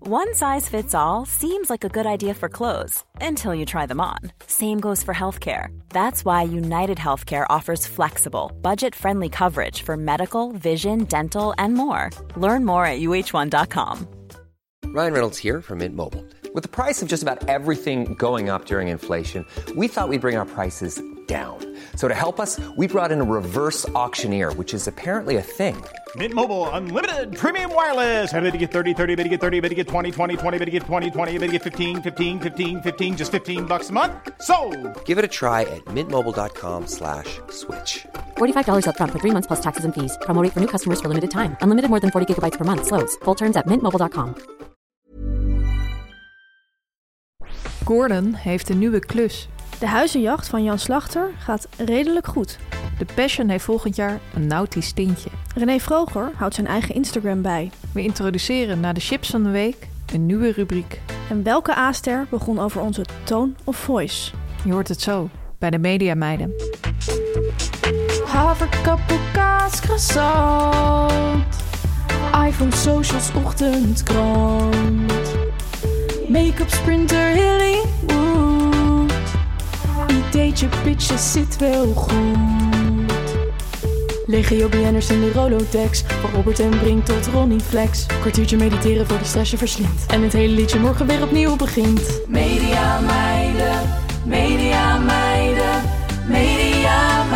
One size fits all seems like a good idea for clothes until you try them on. Same goes for healthcare. That's why United Healthcare offers flexible, budget-friendly coverage for medical, vision, dental, and more. Learn more at uh1.com. Ryan Reynolds here from Mint Mobile. With the price of just about everything going up during inflation, we thought we'd bring our prices down. So to help us, we brought in a reverse auctioneer, which is apparently a thing. Mint Mobile Unlimited Premium Wireless. How to get 30, 30, bit to get 30, bit to get 20, 20, 20, bit to get 20, 20, bit to get 15, 15, 15, 15, just $15 a month? Sold! Give it a try at mintmobile.com/switch. $45 up front for 3 months plus taxes and fees. Promo rate for new customers for limited time. Unlimited more than 40 gigabytes per month. Slows full terms at mintmobile.com. Gordon heeft een nieuwe klus. De huizenjacht van Jan Slachter gaat redelijk goed. De Passion heeft volgend jaar een nautisch tintje. René Vroger houdt zijn eigen Instagram bij. We introduceren na de chips van de week een nieuwe rubriek. En welke A-ster begon over onze tone of voice? Je hoort het zo bij de Mediameiden. Haverkappel, kaas, croissant. iPhone, socials, ochtendkrant. Make-up, sprinter, Hollywood. Ideetje, pitches, zit wel goed. Legio BN'ers in de Rolodex. Van Robert en Brink tot Ronnie Flex. Kwartiertje mediteren voor die stress je verslindt. En het hele liedje morgen weer opnieuw begint. Media meiden, media meiden, media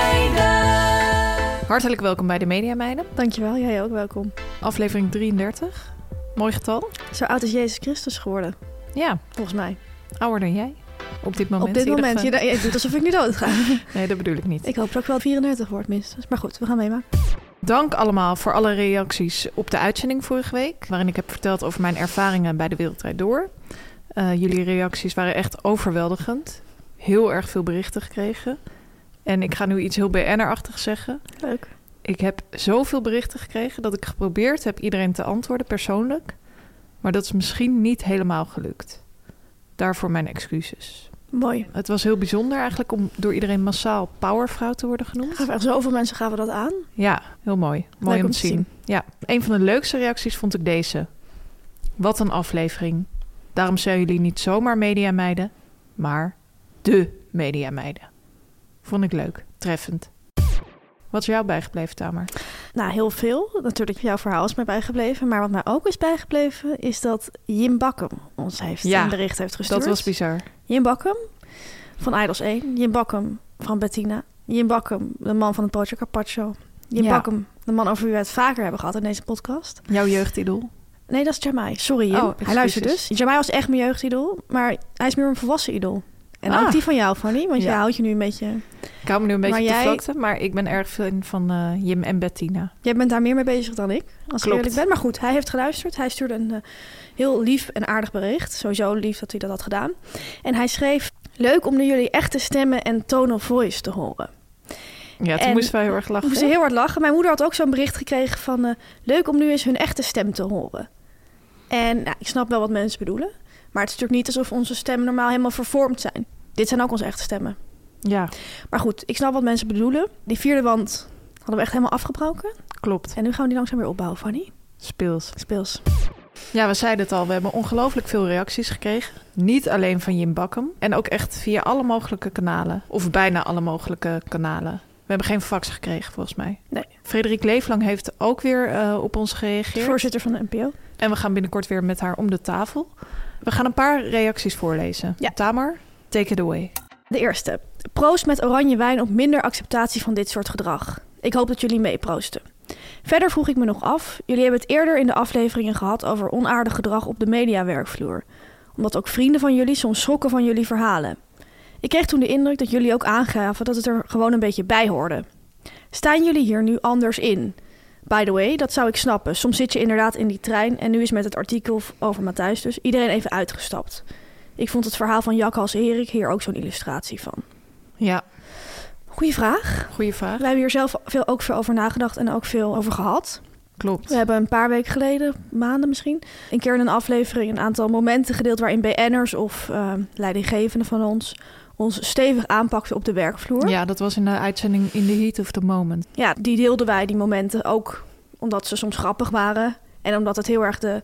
meiden. Hartelijk welkom bij de Mediameiden. Dankjewel, jij ook, welkom. Aflevering 33. Mooi getal. Zo oud is Jezus Christus geworden. Ja. Volgens mij. Ouder dan jij. Op dit moment. Op dit moment. Je doet alsof ik nu dood ga. Nee, dat bedoel ik niet. Ik hoop dat ik wel 34 word minstens. Maar goed, we gaan meemaken. Dank allemaal voor alle reacties op de uitzending vorige week. Waarin ik heb verteld over mijn ervaringen bij de Wereldrijd Door. Jullie reacties waren echt overweldigend. Heel erg veel berichten gekregen. En ik ga nu iets heel BN'er-achtig zeggen. Leuk. Ik heb zoveel berichten gekregen dat ik geprobeerd heb iedereen te antwoorden persoonlijk. Maar dat is misschien niet helemaal gelukt. Daarvoor mijn excuses. Mooi. Het was heel bijzonder eigenlijk om door iedereen massaal powervrouw te worden genoemd. Zoveel mensen gaven dat aan. Ja, heel mooi. Mooi om te zien. Ja, een van de leukste reacties vond ik deze. Wat een aflevering. Daarom zijn jullie niet zomaar Mediameiden, maar de Mediameiden. Vond ik leuk. Treffend. Wat is jou bijgebleven, Tamer? Nou, heel veel. Natuurlijk, jouw verhaal is mij bijgebleven. Maar wat mij ook is bijgebleven, is dat Jim Bakkum ons een bericht heeft gestuurd. Dat was bizar. Jim Bakkum van Idols 1. Jim Bakkum van Bettina. Jim Bakkum, de man van het Pootje Carpaccio. Jim Bakkum, de man over wie we het vaker hebben gehad in deze podcast. Jouw jeugdidool? Nee, dat is Jamai. Sorry, Jim. Hij luistert dus. Jamai was echt mijn jeugdidool, maar hij is meer een volwassen idool. En ook die van jou, Fanny, want jij houdt je nu een beetje... Ik hou me nu een beetje te vlakte, maar ik ben erg fan van Jim en Bettina. Jij bent daar meer mee bezig dan ik, als ik eerlijk ben. Maar goed, hij heeft geluisterd. Hij stuurde een heel lief en aardig bericht. Sowieso lief dat hij dat had gedaan. En hij schreef, leuk om nu jullie echte stemmen en tone of voice te horen. Ja, toen moesten wij heel erg lachen. Moesten heel hard lachen. Mijn moeder had ook zo'n bericht gekregen van... leuk om nu eens hun echte stem te horen. En ik snap wel wat mensen bedoelen. Maar het is natuurlijk niet alsof onze stemmen normaal helemaal vervormd zijn. Dit zijn ook onze echte stemmen. Ja. Maar goed, ik snap wat mensen bedoelen. Die vierde wand hadden we echt helemaal afgebroken. Klopt. En nu gaan we die langzaam weer opbouwen, Fanny. Speels. Ja, we zeiden het al. We hebben ongelooflijk veel reacties gekregen. Niet alleen van Jim Bakkum. En ook echt via alle mogelijke kanalen. Of bijna alle mogelijke kanalen. We hebben geen fax gekregen, volgens mij. Nee. Frederik Leeflang heeft ook weer op ons gereageerd. Voorzitter van de NPO. En we gaan binnenkort weer met haar om de tafel. We gaan een paar reacties voorlezen. Ja. Tamer, take it away. De eerste. Proost met oranje wijn op minder acceptatie van dit soort gedrag. Ik hoop dat jullie meeproosten. Verder vroeg ik me nog af. Jullie hebben het eerder in de afleveringen gehad over onaardig gedrag op de mediawerkvloer. Omdat ook vrienden van jullie soms schrokken van jullie verhalen. Ik kreeg toen de indruk dat jullie ook aangaven dat het er gewoon een beetje bij hoorde. Staan jullie hier nu anders in? By the way, dat zou ik snappen. Soms zit je inderdaad in die trein en nu is met het artikel over Matthijs dus iedereen even uitgestapt. Ik vond het verhaal van Jakhals Erik hier ook zo'n illustratie van. Ja. Goeie vraag. Goeie vraag. We hebben hier zelf ook veel over nagedacht en ook veel over gehad. Klopt. We hebben een paar weken geleden, maanden misschien, een keer in een aflevering een aantal momenten gedeeld waarin BN'ers of leidinggevenden van ons stevig aanpakten op de werkvloer. Ja, dat was in de uitzending In the Heat of the Moment. Ja, die deelden wij, die momenten, ook omdat ze soms grappig waren en omdat het heel erg de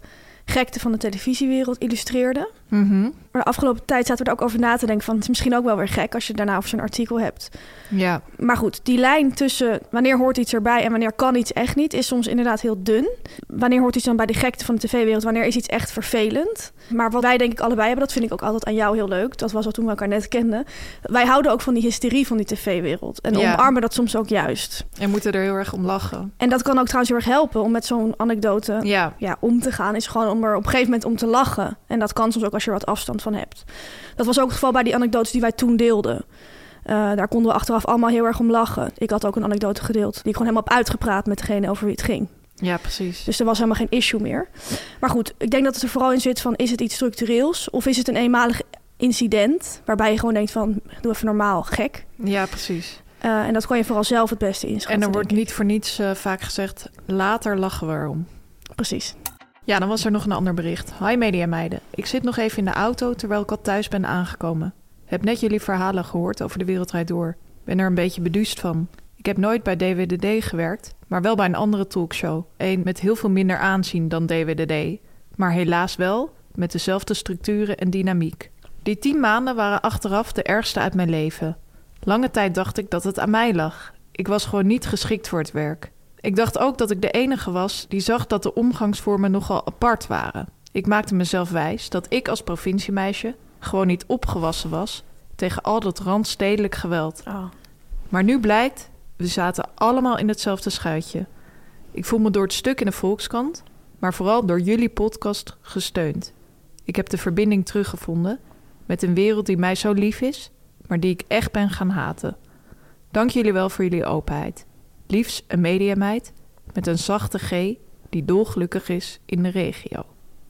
gekte van de televisiewereld illustreerde. Mm-hmm. Maar de afgelopen tijd zaten we er ook over na te denken van... het is misschien ook wel weer gek als je daarna over zo'n artikel hebt. Ja. Maar goed, die lijn tussen wanneer hoort iets erbij en wanneer kan iets echt niet... is soms inderdaad heel dun. Wanneer hoort iets dan bij de gekte van de tv-wereld? Wanneer is iets echt vervelend? Maar wat wij denk ik allebei hebben, dat vind ik ook altijd aan jou heel leuk. Dat was al toen we elkaar net kenden. Wij houden ook van die hysterie van die tv-wereld. En omarmen dat soms ook juist. En moeten er heel erg om lachen. En dat kan ook trouwens heel erg helpen om met zo'n anekdote om te gaan. Is gewoon om er op een gegeven moment om te lachen. En dat kan soms ook als je er wat afstand van hebt. Dat was ook het geval bij die anekdotes die wij toen deelden. Daar konden we achteraf allemaal heel erg om lachen. Ik had ook een anekdote gedeeld die ik gewoon helemaal heb uitgepraat met degene over wie het ging. Ja, precies. Dus er was helemaal geen issue meer. Maar goed, ik denk dat het er vooral in zit van... is het iets structureels of is het een eenmalig incident... waarbij je gewoon denkt van, doe even normaal, gek. Ja, precies. En dat kan je vooral zelf het beste inschatten. En er wordt niet voor niets vaak gezegd... later lachen we erom. Precies. Ja, dan was er nog een ander bericht. Hi mediameiden. Ik zit nog even in de auto terwijl ik al thuis ben aangekomen. Heb net jullie verhalen gehoord over De Wereld Draait Door. Ben er een beetje beduust van. Ik heb nooit bij DWDD gewerkt, maar wel bij een andere talkshow. Eén met heel veel minder aanzien dan DWDD. Maar helaas wel met dezelfde structuren en dynamiek. Die 10 maanden waren achteraf de ergste uit mijn leven. Lange tijd dacht ik dat het aan mij lag. Ik was gewoon niet geschikt voor het werk. Ik dacht ook dat ik de enige was die zag dat de omgangsvormen nogal apart waren. Ik maakte mezelf wijs dat ik als provinciemeisje gewoon niet opgewassen was tegen al dat randstedelijk geweld. Oh. Maar nu blijkt, we zaten allemaal in hetzelfde schuitje. Ik voel me door het stuk in de Volkskrant, maar vooral door jullie podcast gesteund. Ik heb de verbinding teruggevonden met een wereld die mij zo lief is, maar die ik echt ben gaan haten. Dank jullie wel voor jullie openheid. Liefs een mediameid met een zachte G die dolgelukkig is in de regio.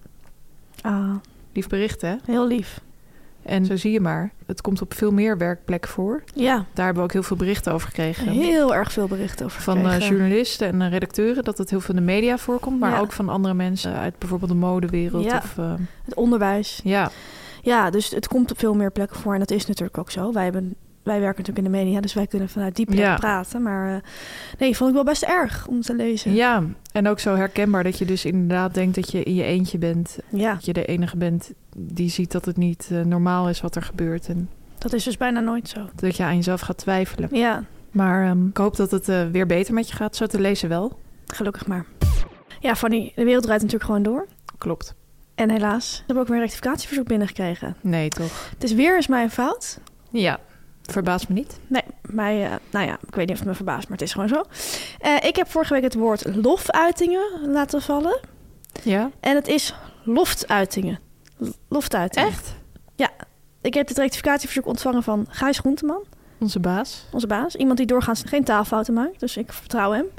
Ah, Lief bericht, hè? heel lief. En zo zie je maar, het komt op veel meer werkplekken voor. Ja. Daar hebben we ook heel veel berichten over gekregen. Heel erg veel berichten over Van journalisten en redacteuren, dat het heel veel in de media voorkomt. Maar ook van andere mensen uit bijvoorbeeld de modewereld. Ja, of, het onderwijs. Ja. Ja, dus het komt op veel meer plekken voor. En dat is natuurlijk ook zo. Wij werken natuurlijk in de media, dus wij kunnen vanuit die plek praten. Maar nee, vond ik wel best erg om te lezen. Ja, en ook zo herkenbaar dat je dus inderdaad denkt dat je in je eentje bent. Ja. Dat je de enige bent die ziet dat het niet normaal is wat er gebeurt. En dat is dus bijna nooit zo. dat je aan jezelf gaat twijfelen. Ja. Maar ik hoop dat het weer beter met je gaat. Zo te lezen wel. Gelukkig maar. Ja, Fanny, de wereld draait natuurlijk gewoon door. Klopt. En helaas, we hebben ook weer een rectificatieverzoek binnengekregen. Nee, toch? Het is weer eens mijn fout. Ja, verbaast me niet. Nee, mij, nou ja, ik weet niet of het me verbaast, maar het is gewoon zo. Ik heb vorige week het woord loftuitingen laten vallen. Ja. En het is loftuitingen. Loftuitingen. Echt? Ja. Ik heb het rectificatieverzoek ontvangen van Gijs Groenteman. Onze baas. Onze baas. Iemand die doorgaans geen taalfouten maakt. Dus ik vertrouw hem.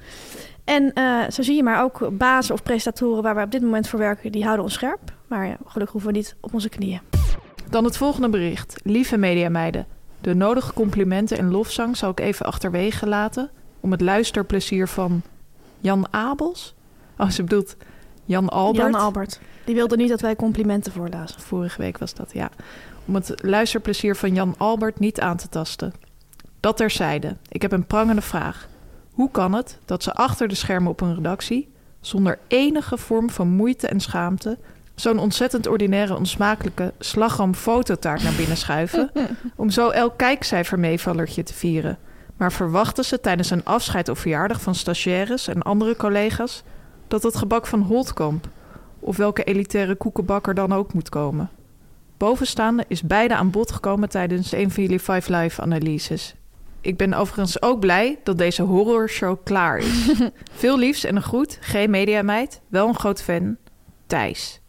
En zo zie je maar ook bazen of presentatoren waar wij op dit moment voor werken, die houden ons scherp. Maar ja, gelukkig hoeven we niet op onze knieën. Dan het volgende bericht. Lieve mediameiden. De nodige complimenten en lofzang zal ik even achterwege laten om het luisterplezier van Jan Abels. Oh, ze bedoelt Jan Albert. Jan Albert. Die wilde niet dat wij complimenten voorlazen. Vorige week was dat, ja. Om het luisterplezier van Jan Albert niet aan te tasten. Dat terzijde. Ik heb een prangende vraag. Hoe kan het dat ze achter de schermen op een redactie, zonder enige vorm van moeite en schaamte, zo'n ontzettend ordinaire, onsmakelijke slagroom-fototaart naar binnen schuiven, om zo elk kijkcijfer meevallertje te vieren? Maar verwachten ze tijdens een afscheid of verjaardag van stagiaires en andere collega's dat het gebak van Holtkamp of welke elitaire koekenbakker dan ook moet komen? Bovenstaande is beide aan bod gekomen tijdens een van jullie 5 Live analyses. Ik ben overigens ook blij dat deze horrorshow klaar is. Veel liefs en een groet, geen mediameid, wel een groot fan, Thijs.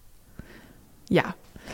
Ja.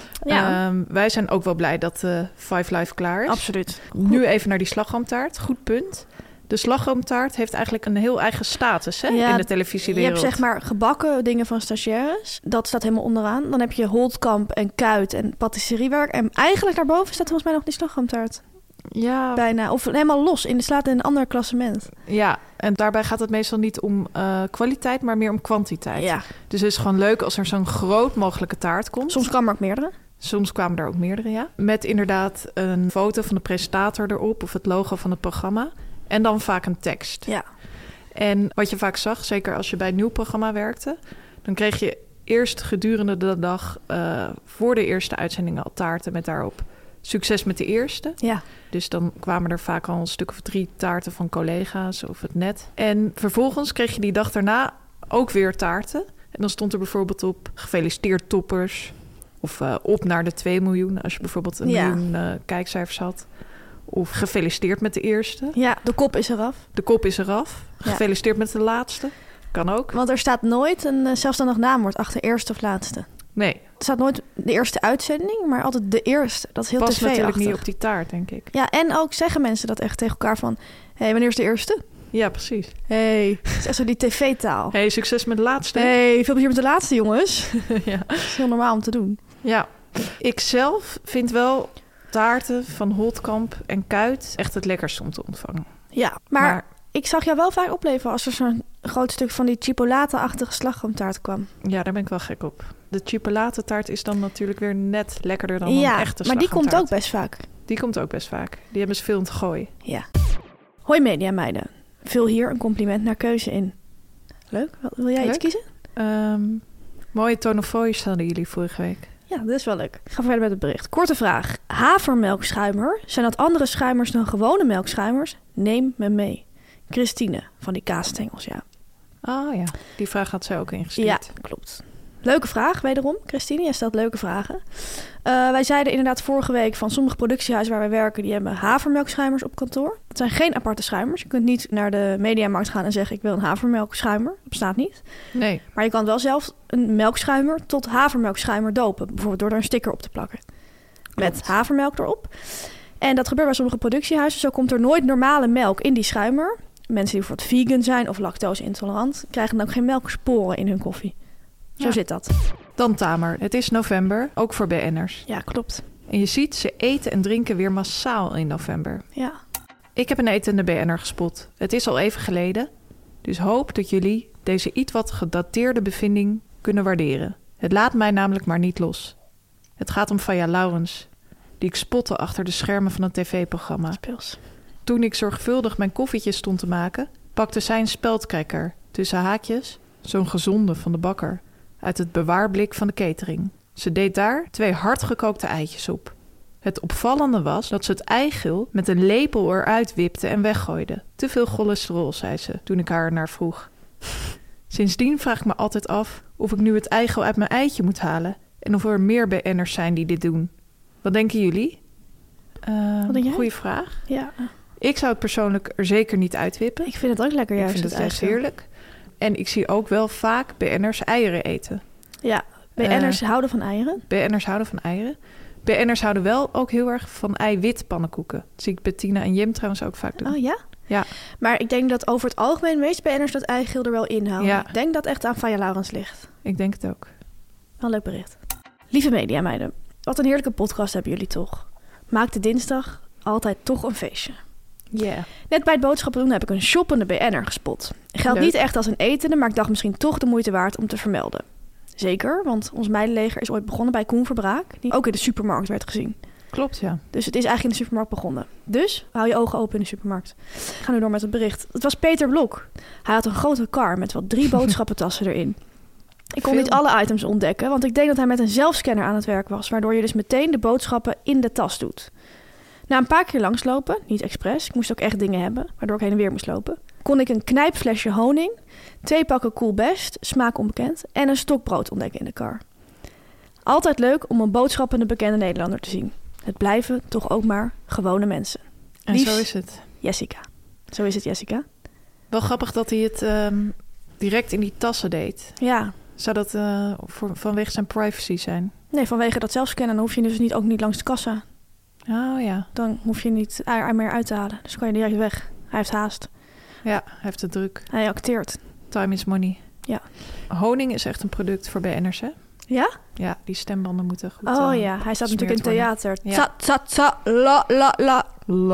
Wij zijn ook wel blij dat 5 Live klaar is. Absoluut. Nu even naar die slagroomtaart. Goed punt. De slagroomtaart heeft eigenlijk een heel eigen status in de televisiewereld. Je hebt zeg maar gebakken dingen van stagiaires. Dat staat helemaal onderaan. Dan heb je Holtkamp en Kuit en patisseriewerk. En eigenlijk daarboven staat volgens mij nog die slagroomtaart. Ja. Bijna. Of helemaal los. Slaat in een ander klassement. Ja, en daarbij gaat het meestal niet om kwaliteit, maar meer om kwantiteit. Ja. Dus het is gewoon leuk als er zo'n groot mogelijke taart komt. Soms kwamen er ook meerdere. Soms kwamen er ook meerdere, ja. Met inderdaad een foto van de presentator erop of het logo van het programma. En dan vaak een tekst. Ja. En wat je vaak zag, zeker als je bij een nieuw programma werkte, dan kreeg je eerst gedurende de dag voor de eerste uitzending al taarten met daarop succes met de eerste. Ja. Dus dan kwamen er vaak al een stuk of 3 taarten van collega's of het net. En vervolgens kreeg je die dag daarna ook weer taarten. En dan stond er bijvoorbeeld op gefeliciteerd toppers. Of op naar de 2 miljoen als je bijvoorbeeld een miljoen kijkcijfers had. Of gefeliciteerd met de eerste. Ja, de kop is eraf. De kop is eraf. Gefeliciteerd met de laatste. Kan ook. Want er staat nooit een zelfstandig naamwoord achter eerste of laatste. Nee. Er staat nooit de eerste uitzending, maar altijd de eerste. Dat is heel past tv-achtig. natuurlijk niet op die taart, denk ik. Ja, en ook zeggen mensen dat echt tegen elkaar van... Hé, wanneer is de eerste? Ja, precies. Hey, dat is echt zo die tv-taal. Hey, succes met de laatste. Hey, veel plezier met de laatste, jongens. Ja. Dat is heel normaal om te doen. Ja. Ik zelf vind wel taarten van Holtkamp en Kuit echt het lekkerst om te ontvangen. Ja, maar ik zag jou wel vaak opleven als er zo'n groot stuk van die chipolata-achtige slagroomtaart kwam. Ja, daar ben ik wel gek op. De chipolata-taart is dan natuurlijk weer net lekkerder dan een echte slagroomtaart. Maar die komt ook best vaak. Die komt ook best vaak. Die hebben ze veel te gooien. Ja. Hoi mediameiden. Vul hier een compliment naar keuze in. Leuk. Wil jij iets kiezen? Mooie tone of voice hadden jullie vorige week. Ja, dat is wel leuk. Ik ga verder met het bericht. Korte vraag. Havermelkschuimer. Zijn dat andere schuimers dan gewone melkschuimers? Neem me mee. Christine van die kaasstengels, ja. Oh ja, die vraag had zij ook ingestuurd. Ja, klopt. Leuke vraag, wederom. Christine, jij stelt leuke vragen. Wij zeiden inderdaad vorige week van sommige productiehuizen waar wij werken, die hebben havermelkschuimers op kantoor. Dat zijn geen aparte schuimers. Je kunt niet naar de mediamarkt gaan en zeggen ik wil een havermelkschuimer. Dat bestaat niet. Nee. Maar je kan wel zelf een melkschuimer tot havermelkschuimer dopen. Bijvoorbeeld door er een sticker op te plakken. Klopt. Met havermelk erop. En dat gebeurt bij sommige productiehuizen. Zo komt er nooit normale melk in die schuimer. Mensen die bijvoorbeeld vegan zijn of lactose-intolerant krijgen dan ook geen melksporen in hun koffie. Zo zit dat. Dan Tamer. Het is november, ook voor BN'ers. Ja, klopt. En je ziet, ze eten en drinken weer massaal in november. Ja. Ik heb een etende BN'er gespot. Het is al even geleden. Dus hoop dat jullie deze iets wat gedateerde bevinding kunnen waarderen. Het laat mij namelijk maar niet los. Het gaat om Faya Laurens, die ik spotte achter de schermen van een tv-programma. Speels. Toen ik zorgvuldig mijn koffietjes stond te maken, pakte zij een speldcracker, tussen haakjes, zo'n gezonde van de bakker, uit het bewaarblik van de catering. Ze deed daar 2 hardgekookte eitjes op. Het opvallende was dat ze het eigeel met een lepel eruit wipte en weggooide. Te veel cholesterol, zei ze, toen ik haar naar vroeg. Sindsdien vraag ik me altijd af of ik nu het eigeel uit mijn eitje moet halen en of er meer BN'ers zijn die dit doen. Wat denken jullie? Wat denk jij? Goeie vraag. Ja. Ik zou het persoonlijk er zeker niet uitwippen. Ik vind het ook lekker juist. Ik vind het echt heerlijk. En ik zie ook wel vaak BN'ers eieren eten. Ja, BN'ers houden van eieren. BN'ers houden van eieren. BN'ers houden wel ook heel erg van eiwit pannenkoeken. Dat zie ik Bettina en Jim trouwens ook vaak doen. Oh ja? Ja. Maar ik denk dat over het algemeen meest BN'ers dat eigeel er wel inhouden. Ja. Ik denk dat echt aan Faya Laurens ligt. Ik denk het ook. Wel een leuk bericht. Lieve mediameiden, wat een heerlijke podcast hebben jullie toch. Maak de dinsdag altijd toch een feestje. Yeah. Net bij het boodschappen doen heb ik een shoppende BN'er gespot. Geldt Leuk. niet echt als een etende, maar ik dacht misschien toch de moeite waard om te vermelden. Zeker, want ons meidenleger is ooit begonnen bij Koen Verbraak, die ook in de supermarkt werd gezien. Klopt, ja. Dus het is eigenlijk in de supermarkt begonnen. Dus hou je ogen open in de supermarkt. Ik ga nu door met het bericht. Het was Peter Blok. Hij had een grote kar met wel 3 boodschappentassen erin. Ik kon niet alle items ontdekken, want ik denk dat hij met een zelfscanner aan het werk was, waardoor je dus meteen de boodschappen in de tas doet. Na een paar keer langslopen, niet expres, ik moest ook echt dingen hebben, waardoor ik heen en weer moest lopen, kon ik een knijpflesje honing, 2 pakken Cool Best, smaak onbekend, en een stokbrood ontdekken in de kar. Altijd leuk om een boodschappende bekende Nederlander te zien. Het blijven toch ook maar gewone mensen. En Liefst zo is het. Jessica. Zo is het, Jessica. Wel grappig dat hij het direct in die tassen deed. Ja. Zou dat vanwege zijn privacy zijn? Nee, vanwege dat zelfscannen dan hoef je dus ook niet langs de kassa. Oh ja. Dan hoef je niet er meer uit te halen. Dus dan kan je direct weg. Hij heeft haast. Ja, hij heeft het druk. Hij acteert. Time is money. Ja. Honing is echt een product voor BN'ers, hè? Ja? Ja, die stembanden moeten goed Oh ja, hij staat natuurlijk in theater. Ja. Tsa, tsa, tsa, la, la, la.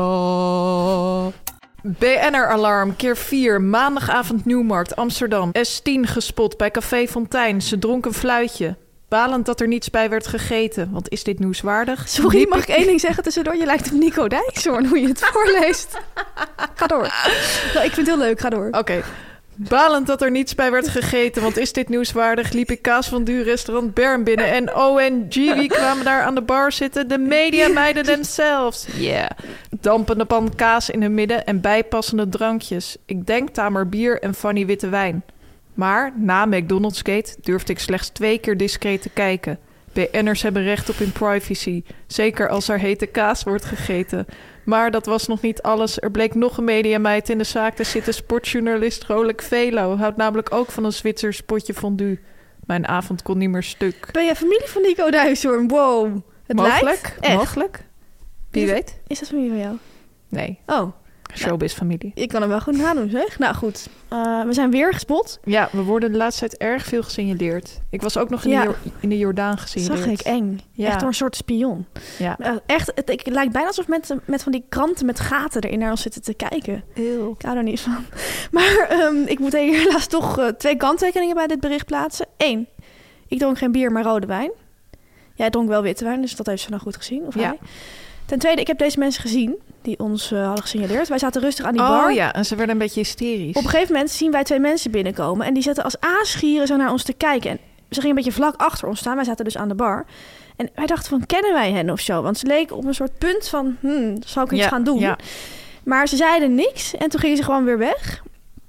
La. BN'er-alarm, keer 4, maandagavond Nieuwmarkt, Amsterdam. S10 gespot bij Café Fontijn. Ze dronk een fluitje. Balend dat er niets bij werd gegeten. Want is dit nieuwswaardig? Sorry, mag ik 1 ding zeggen tussendoor? Je lijkt op Nico Dijkshoorn hoe je het voorleest. Ga door. Nou, ik vind het heel leuk, ga door. Oké. Balend dat er niets bij werd gegeten, want is dit nieuwswaardig? Liep ik kaasfondue restaurant Bern binnen en OMG, wie kwamen daar aan de bar zitten? De mediameiden themselves. Yeah. Dampende pan kaas in hun midden en bijpassende drankjes. Ik denk Tamer bier en Fanny witte wijn. Maar na McDonald's Gate durfde ik slechts 2 keer discreet te kijken. BN'ers hebben recht op hun privacy, zeker als er hete kaas wordt gegeten. Maar dat was nog niet alles. Er bleek nog een mediameid in de zaak te zitten. Sportjournalist Rolik Velo houdt namelijk ook van een Zwitsers potje fondue. Mijn avond kon niet meer stuk. Ben jij familie van Nico Dijkshoorn? Wow. Het lijkt echt. Mogelijk. Wie weet. Is dat familie van jou? Nee. Oh. Showbiz-familie. Ik kan hem wel goed nadoen, zeg. Nou goed, we zijn weer gespot. Ja, we worden de laatste tijd erg veel gesignaleerd. Ik was ook nog in de Jordaan gesignaleerd. Zag ik, eng. Ja. Echt door een soort spion. Ja. Echt, het lijkt bijna alsof mensen met van die kranten met gaten erin naar ons zitten te kijken. Eeuw. Ik hou er niet van. Maar ik moet helaas toch 2 kanttekeningen bij dit bericht plaatsen. 1, ik dronk geen bier, maar rode wijn. Jij dronk wel witte wijn, dus dat heeft ze nou goed gezien. Of hij? Ten tweede, ik heb deze mensen gezien die ons hadden gesignaleerd. Wij zaten rustig aan die bar. Oh ja, en ze werden een beetje hysterisch. Op een gegeven moment zien wij 2 mensen binnenkomen en die zaten als aasgieren zo naar ons te kijken. En ze gingen een beetje vlak achter ons staan. Wij zaten dus aan de bar. En wij dachten van, kennen wij hen of zo? Want ze leken op een soort punt van, zal ik iets gaan doen? Ja. Maar ze zeiden niks en toen gingen ze gewoon weer weg.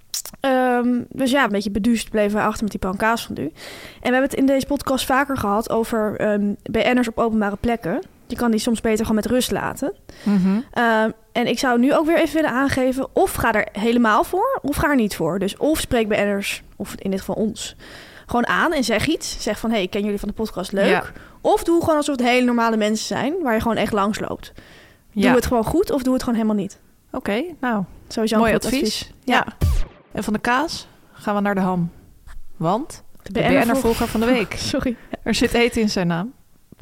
Dus ja, een beetje beduust bleven wij achter met die pan kaasfondue. En we hebben het in deze podcast vaker gehad over BN'ers op openbare plekken. Je kan die soms beter gewoon met rust laten. Mm-hmm. En ik zou nu ook weer even willen aangeven, of ga er helemaal voor, of ga er niet voor. Dus of spreek BN'ers, of in dit geval ons, gewoon aan en zeg iets. Zeg van, hey, ik ken jullie van de podcast, leuk. Ja. Of doe gewoon alsof het hele normale mensen zijn, waar je gewoon echt langs loopt. Doe het gewoon goed, of doe het gewoon helemaal niet. Oké, nou, sowieso mooi een goed advies. Ja. En van de kaas gaan we naar de ham. Want de BN'er-volger van de week. Sorry. Er zit eten in zijn naam.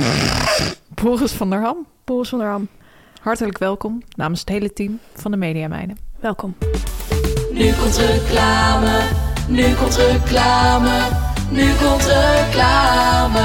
Boris van der Ham. Boris van der Ham. Hartelijk welkom namens het hele team van de Mediameiden. Welkom. Nu komt reclame, nu komt reclame, nu komt reclame.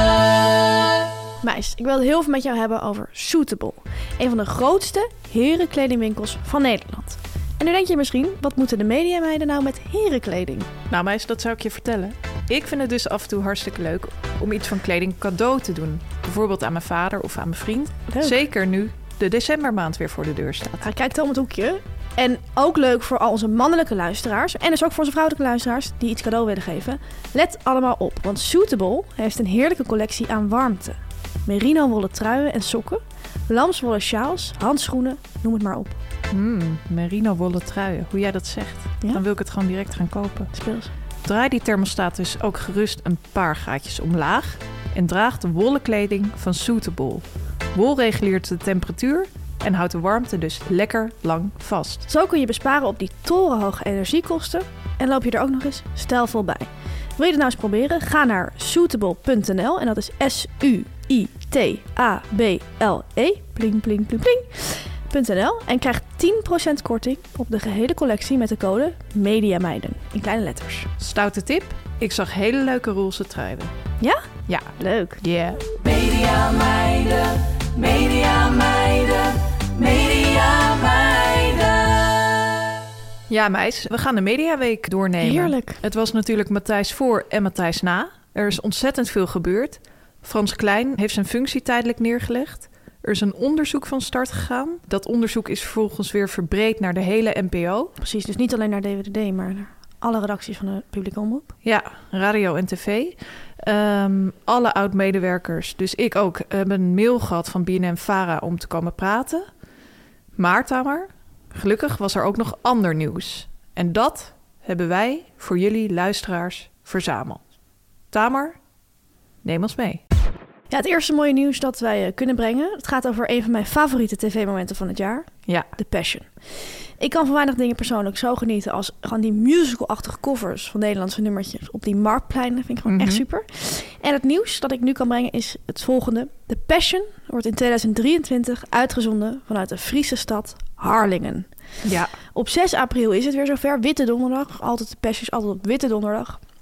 Meis, ik wil het heel veel met jou hebben over Suitable. Een van de grootste herenkledingwinkels van Nederland. En nu denk je misschien, wat moeten de Mediameiden nou met herenkleding? Nou meis, dat zou ik je vertellen. Ik vind het dus af en toe hartstikke leuk om iets van kleding cadeau te doen. Bijvoorbeeld aan mijn vader of aan mijn vriend. Leuk. Zeker nu de decembermaand weer voor de deur staat. Hij kijkt om het hoekje. En ook leuk voor al onze mannelijke luisteraars. En dus ook voor onze vrouwelijke luisteraars die iets cadeau willen geven. Let allemaal op, want Suitable heeft een heerlijke collectie aan warmte. Merino wollen truien en sokken. Lamswollen sjaals, handschoenen, noem het maar op. Merino wollen truien, hoe jij dat zegt. Ja? Dan wil ik het gewoon direct gaan kopen. Speels. Draai die thermostaat dus ook gerust een paar gaatjes omlaag en draag de wollen kleding van Suitable. Wol reguleert de temperatuur en houdt de warmte dus lekker lang vast. Zo kun je besparen op die torenhoge energiekosten en loop je er ook nog eens stijlvol bij. Wil je het nou eens proberen? Ga naar suitable.nl en dat is SUITABLE, pling pling pling pling. .nl en krijg 10% korting op de gehele collectie met de code MEDIAMEIDEN in kleine letters. Stoute tip, ik zag hele leuke roze truien. Ja? Ja. Leuk. Yeah. Mediameiden, Mediameiden, Mediameiden. Ja meis, we gaan de Mediaweek doornemen. Heerlijk. Het was natuurlijk Matthijs voor en Matthijs na. Er is ontzettend veel gebeurd. Frans Klein heeft zijn functie tijdelijk neergelegd. Er is een onderzoek van start gegaan. Dat onderzoek is vervolgens weer verbreed naar de hele NPO. Precies, dus niet alleen naar DWDD, maar naar alle redacties van de publieke omroep. Ja, radio en tv. Alle oud-medewerkers, dus ik ook, hebben een mail gehad van BNN-Vara om te komen praten. Maar Tamer, gelukkig was er ook nog ander nieuws. En dat hebben wij voor jullie luisteraars verzameld. Tamer, neem ons mee. Ja, het eerste mooie nieuws dat wij kunnen brengen. Het gaat over een van mijn favoriete tv-momenten van het jaar. Ja. The Passion. Ik kan van weinig dingen persoonlijk zo genieten als gewoon die musical-achtige covers van Nederlandse nummertjes op die marktpleinen. Vind ik gewoon echt super. En het nieuws dat ik nu kan brengen is het volgende. The Passion wordt in 2023 uitgezonden vanuit de Friese stad Harlingen. Ja. Op 6 april is het weer zover. Witte donderdag. Altijd de Passion is altijd op Witte donderdag.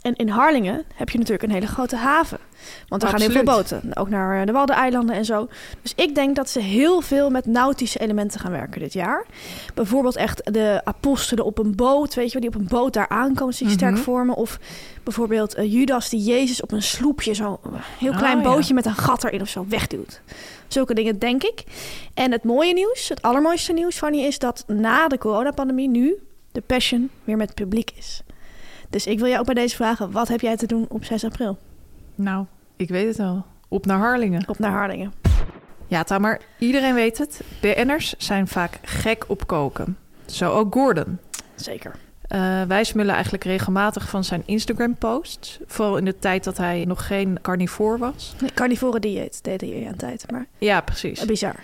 En in Harlingen heb je natuurlijk een hele grote haven. Want er gaan heel Absoluut. veel boten. Ook naar de Waddeneilanden en zo. Dus ik denk dat ze heel veel met nautische elementen gaan werken dit jaar. Bijvoorbeeld echt de apostelen op een boot. Weet je wel, die op een boot daar aankomen. Zich sterk vormen. Of bijvoorbeeld Judas die Jezus op een sloepje. Zo'n heel klein bootje met een gat erin of zo wegduwt. Zulke dingen denk ik. En het mooie nieuws, het allermooiste nieuws van is dat na de coronapandemie nu de Passion weer met publiek is. Dus ik wil jou ook bij deze vragen, wat heb jij te doen op 6 april? Nou, ik weet het al. Op naar Harlingen. Op naar Harlingen. Ja, Tamar, iedereen weet het. BN'ers zijn vaak gek op koken. Zo ook Gordon. Zeker. Wij smullen eigenlijk regelmatig van zijn Instagram-posts. Vooral in de tijd dat hij nog geen carnivoor was. Carnivore dieet deed hij aan tijd, maar Ja, precies. bizar.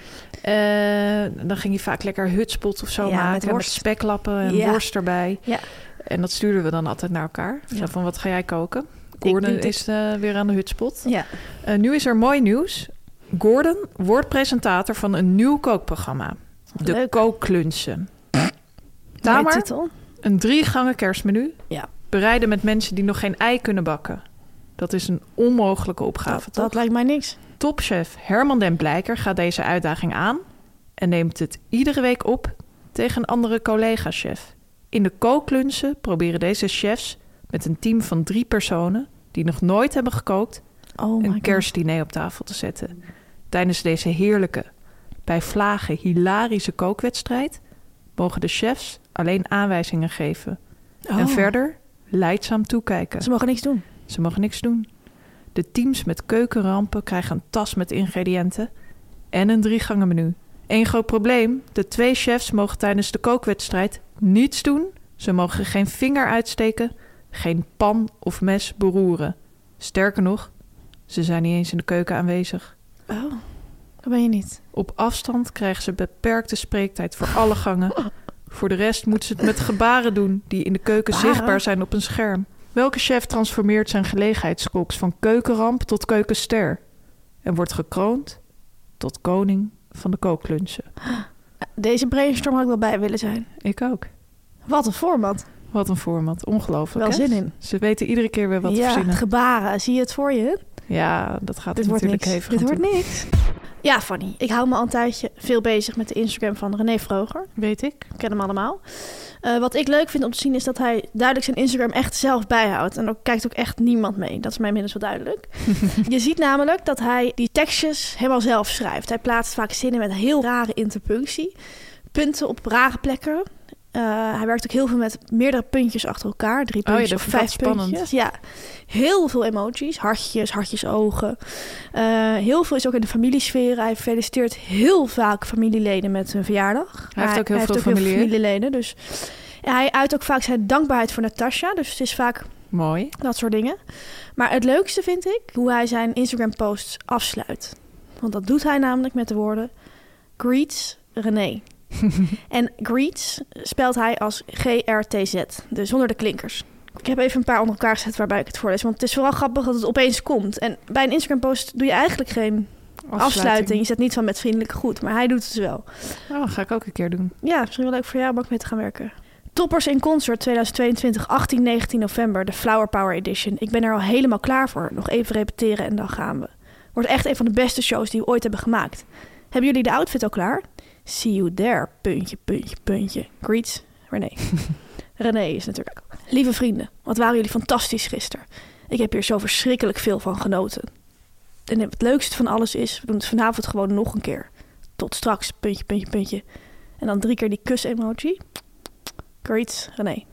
Dan ging hij vaak lekker hutspot of zo Ja, maken. met Met worst. speklappen en Ja. worst erbij. Ja. En dat stuurden we dan altijd naar elkaar. Ja. Zo van, wat ga jij koken? doe Gordon dit. is weer aan de hutspot. Ja. Nu is er mooi nieuws. Gordon wordt presentator van een nieuw kookprogramma. De Leuk. Kookklunsen. Mooie Tamar, titel. een 3-gangen kerstmenu. Ja. Bereiden met mensen die nog geen ei kunnen bakken. Dat is een onmogelijke opgave, Dat toch? lijkt mij niks. Topchef Herman den Blijker gaat deze uitdaging aan en neemt het iedere week op tegen een andere collega-chef. In de kooklunsen proberen deze chefs met een team van 3 personen die nog nooit hebben gekookt Oh my een god. kerstdiner op tafel te zetten. Tijdens deze heerlijke, bij vlagen hilarische kookwedstrijd mogen de chefs alleen aanwijzingen geven. En verder leidzaam toekijken. Ze mogen niks doen. Ze mogen niks doen. De teams met keukenrampen krijgen een tas met ingrediënten en een 3-gangen menu. Eén groot probleem, de 2 chefs mogen tijdens de kookwedstrijd niets doen. Ze mogen geen vinger uitsteken, geen pan of mes beroeren. Sterker nog, ze zijn niet eens in de keuken aanwezig. Oh, dat ben je niet. Op afstand krijgen ze beperkte spreektijd voor alle gangen. Voor de rest moeten ze het met gebaren doen die in de keuken Gebaren? zichtbaar zijn op een scherm. Welke chef transformeert zijn gelegenheidskoks van keukenramp tot keukenster en wordt gekroond tot koning van de kooklunchen? Deze brainstorm had ik wel bij willen zijn. Ik ook. Wat een format. Wat een format. Ongelooflijk. Wel hè? zin in. Ze weten iedere keer weer wat te Ja, verzinnen. gebaren. Zie je het voor je? Ja, dat gaat Dit er wordt natuurlijk niks. hevig Dit aan wordt toe. niks. Ja, Fanny. Ik hou me al een tijdje veel bezig met de Instagram van René Vroger. Weet ik. Ik ken hem allemaal. Wat ik leuk vind om te zien is dat hij duidelijk zijn Instagram echt zelf bijhoudt. En ook kijkt ook echt niemand mee. Dat is mij inmiddels wel duidelijk. Je ziet namelijk dat hij die tekstjes helemaal zelf schrijft. Hij plaatst vaak zinnen met heel rare interpunctie. Punten op rare plekken. Hij werkt ook heel veel met meerdere puntjes achter elkaar. 3 ja, puntjes dat of vind ik 5 wel spannend. puntjes. Ja, heel veel emojis. Hartjes ogen. Heel veel is ook in de familiesfeer. Hij feliciteert heel vaak familieleden met hun verjaardag. Hij heeft ook heel veel familieleden. Dus hij uit ook vaak zijn dankbaarheid voor Natasha. Dus het is vaak Mooi. dat soort dingen. Maar het leukste vind ik hoe hij zijn Instagram-posts afsluit. Want dat doet hij namelijk met de woorden Greets René. En Greets spelt hij als GRTZ, dus zonder de klinkers. Ik heb even een paar onder elkaar gezet waarbij ik het voorlees. Want het is vooral grappig dat het opeens komt. En bij een Instagram-post doe je eigenlijk geen afsluiting. Je zet niet van met vriendelijke groet, maar hij doet het wel. Oh, dat ga ik ook een keer doen. Ja, misschien wel leuk voor jou om ook mee te gaan werken. Toppers in Concert 2022, 18, 19 november, de Flower Power Edition. Ik ben er al helemaal klaar voor. Nog even repeteren en dan gaan we. Wordt echt een van de beste shows die we ooit hebben gemaakt. Hebben jullie de outfit al klaar? See you there, puntje, puntje, puntje. Greets, René. René is natuurlijk ook. Lieve vrienden, wat waren jullie fantastisch gisteren. Ik heb hier zo verschrikkelijk veel van genoten. En het leukste van alles is, we doen het vanavond gewoon nog een keer. Tot straks, puntje, puntje, puntje. En dan 3 keer die kus-emoji. Greets, René.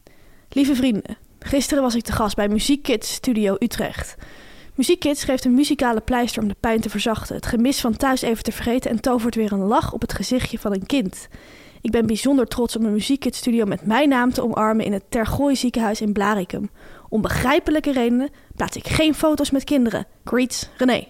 Lieve vrienden, gisteren was ik te gast bij Muziekkids Studio Utrecht. Muziekkids geeft een muzikale pleister om de pijn te verzachten, het gemis van thuis even te vergeten en tovert weer een lach op het gezichtje van een kind. Ik ben bijzonder trots om een Muziekkids Studio met mijn naam te omarmen in het Tergooi ziekenhuis in Blaricum. Om begrijpelijke redenen plaats ik geen foto's met kinderen. Greets, René.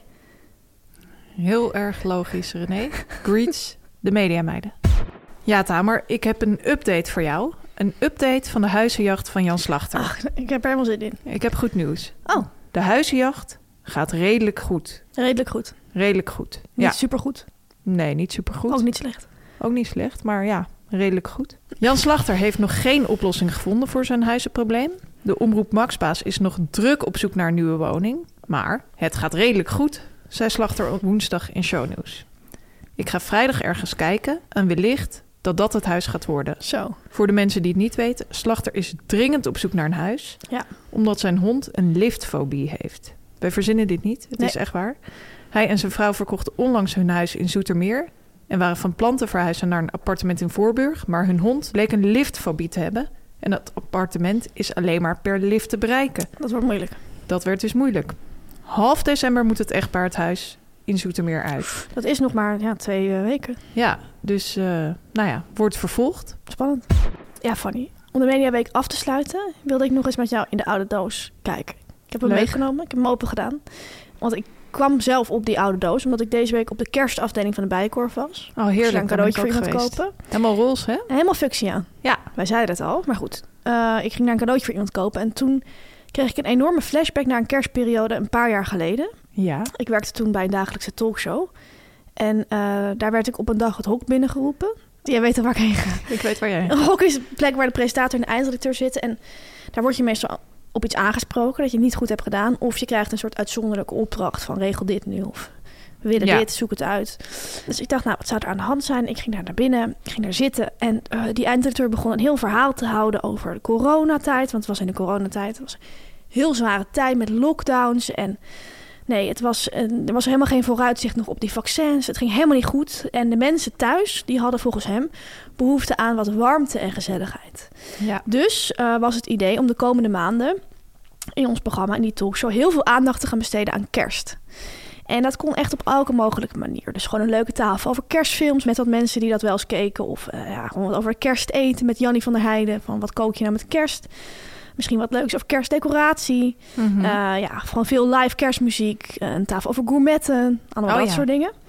Heel erg logisch, René. Greets, de mediameiden. Ja, Tamer, ik heb een update voor jou. Een update van de huizenjacht van Jan Slachter. Ach, ik heb er helemaal zin in. Ik heb goed nieuws. Oh, De huizenjacht gaat redelijk goed. redelijk goed. Redelijk goed. Niet Ja. supergoed. Nee, niet supergoed. Ook niet slecht. Ook niet slecht, maar ja, redelijk goed. Jan Slachter heeft nog geen oplossing gevonden voor zijn huizenprobleem. De Omroep Maxbaas is nog druk op zoek naar een nieuwe woning. Maar het gaat redelijk goed, zei Slachter op woensdag in Shownieuws. Ik ga vrijdag ergens kijken en wellicht dat het huis gaat worden. Zo. Voor de mensen die het niet weten, Slachter is dringend op zoek naar een huis. Ja. Omdat zijn hond een liftfobie heeft. Wij verzinnen dit niet, het is echt waar. Hij en zijn vrouw verkochten onlangs hun huis in Zoetermeer en waren van plan te verhuizen naar een appartement in Voorburg, maar hun hond bleek een liftfobie te hebben en dat appartement is alleen maar per lift te bereiken. Dat wordt moeilijk. Dat werd dus moeilijk. Half december moet het echtpaar het huis in Zoetermeer uit. Dat is nog maar 2 weken. Ja, dus wordt vervolgd. Spannend. Ja, Fanny. Om de Mediaweek af te sluiten wilde ik nog eens met jou in de oude doos kijken. Ik heb hem meegenomen, ik heb hem open gedaan. Want ik kwam zelf op die oude doos, omdat ik deze week op de kerstafdeling van de Bijenkorf was. Oh, heerlijk. Dus een cadeautje voor iemand geweest. kopen. Helemaal roze, hè? Helemaal functie aan. Ja. Wij zeiden het al, maar goed. Ik ging naar een cadeautje voor iemand kopen en toen kreeg ik een enorme flashback naar een kerstperiode een paar jaar geleden. Ja. Ik werkte toen bij een dagelijkse talkshow. En daar werd ik op een dag het hok binnengeroepen. Jij weet al waar ik heen ga. Ik weet waar jij heen gaat. Een hok is de plek waar de presentator en de eindredacteur zitten. En daar word je meestal op iets aangesproken dat je niet goed hebt gedaan. Of je krijgt een soort uitzonderlijke opdracht van regel dit nu. Of we willen dit, zoek het uit. Dus ik dacht, wat zou er aan de hand zijn? Ik ging daar naar binnen, ik ging daar zitten. En die eindredacteur begon een heel verhaal te houden over de coronatijd. Want het was in de coronatijd. Het was een heel zware tijd met lockdowns en... Nee, er was helemaal geen vooruitzicht nog op die vaccins. Het ging helemaal niet goed. En de mensen thuis, die hadden volgens hem behoefte aan wat warmte en gezelligheid. Ja. Dus was het idee om de komende maanden in ons programma, in die talkshow, heel veel aandacht te gaan besteden aan kerst. En dat kon echt op elke mogelijke manier. Dus gewoon een leuke tafel over kerstfilms met wat mensen die dat wel eens keken. Of gewoon over kersteten met Jannie van der Heijden. Van wat kook je nou met kerst? Misschien wat leuks over kerstdecoratie. Mm-hmm. Gewoon veel live kerstmuziek. Een tafel over gourmetten. Allemaal dat soort dingen.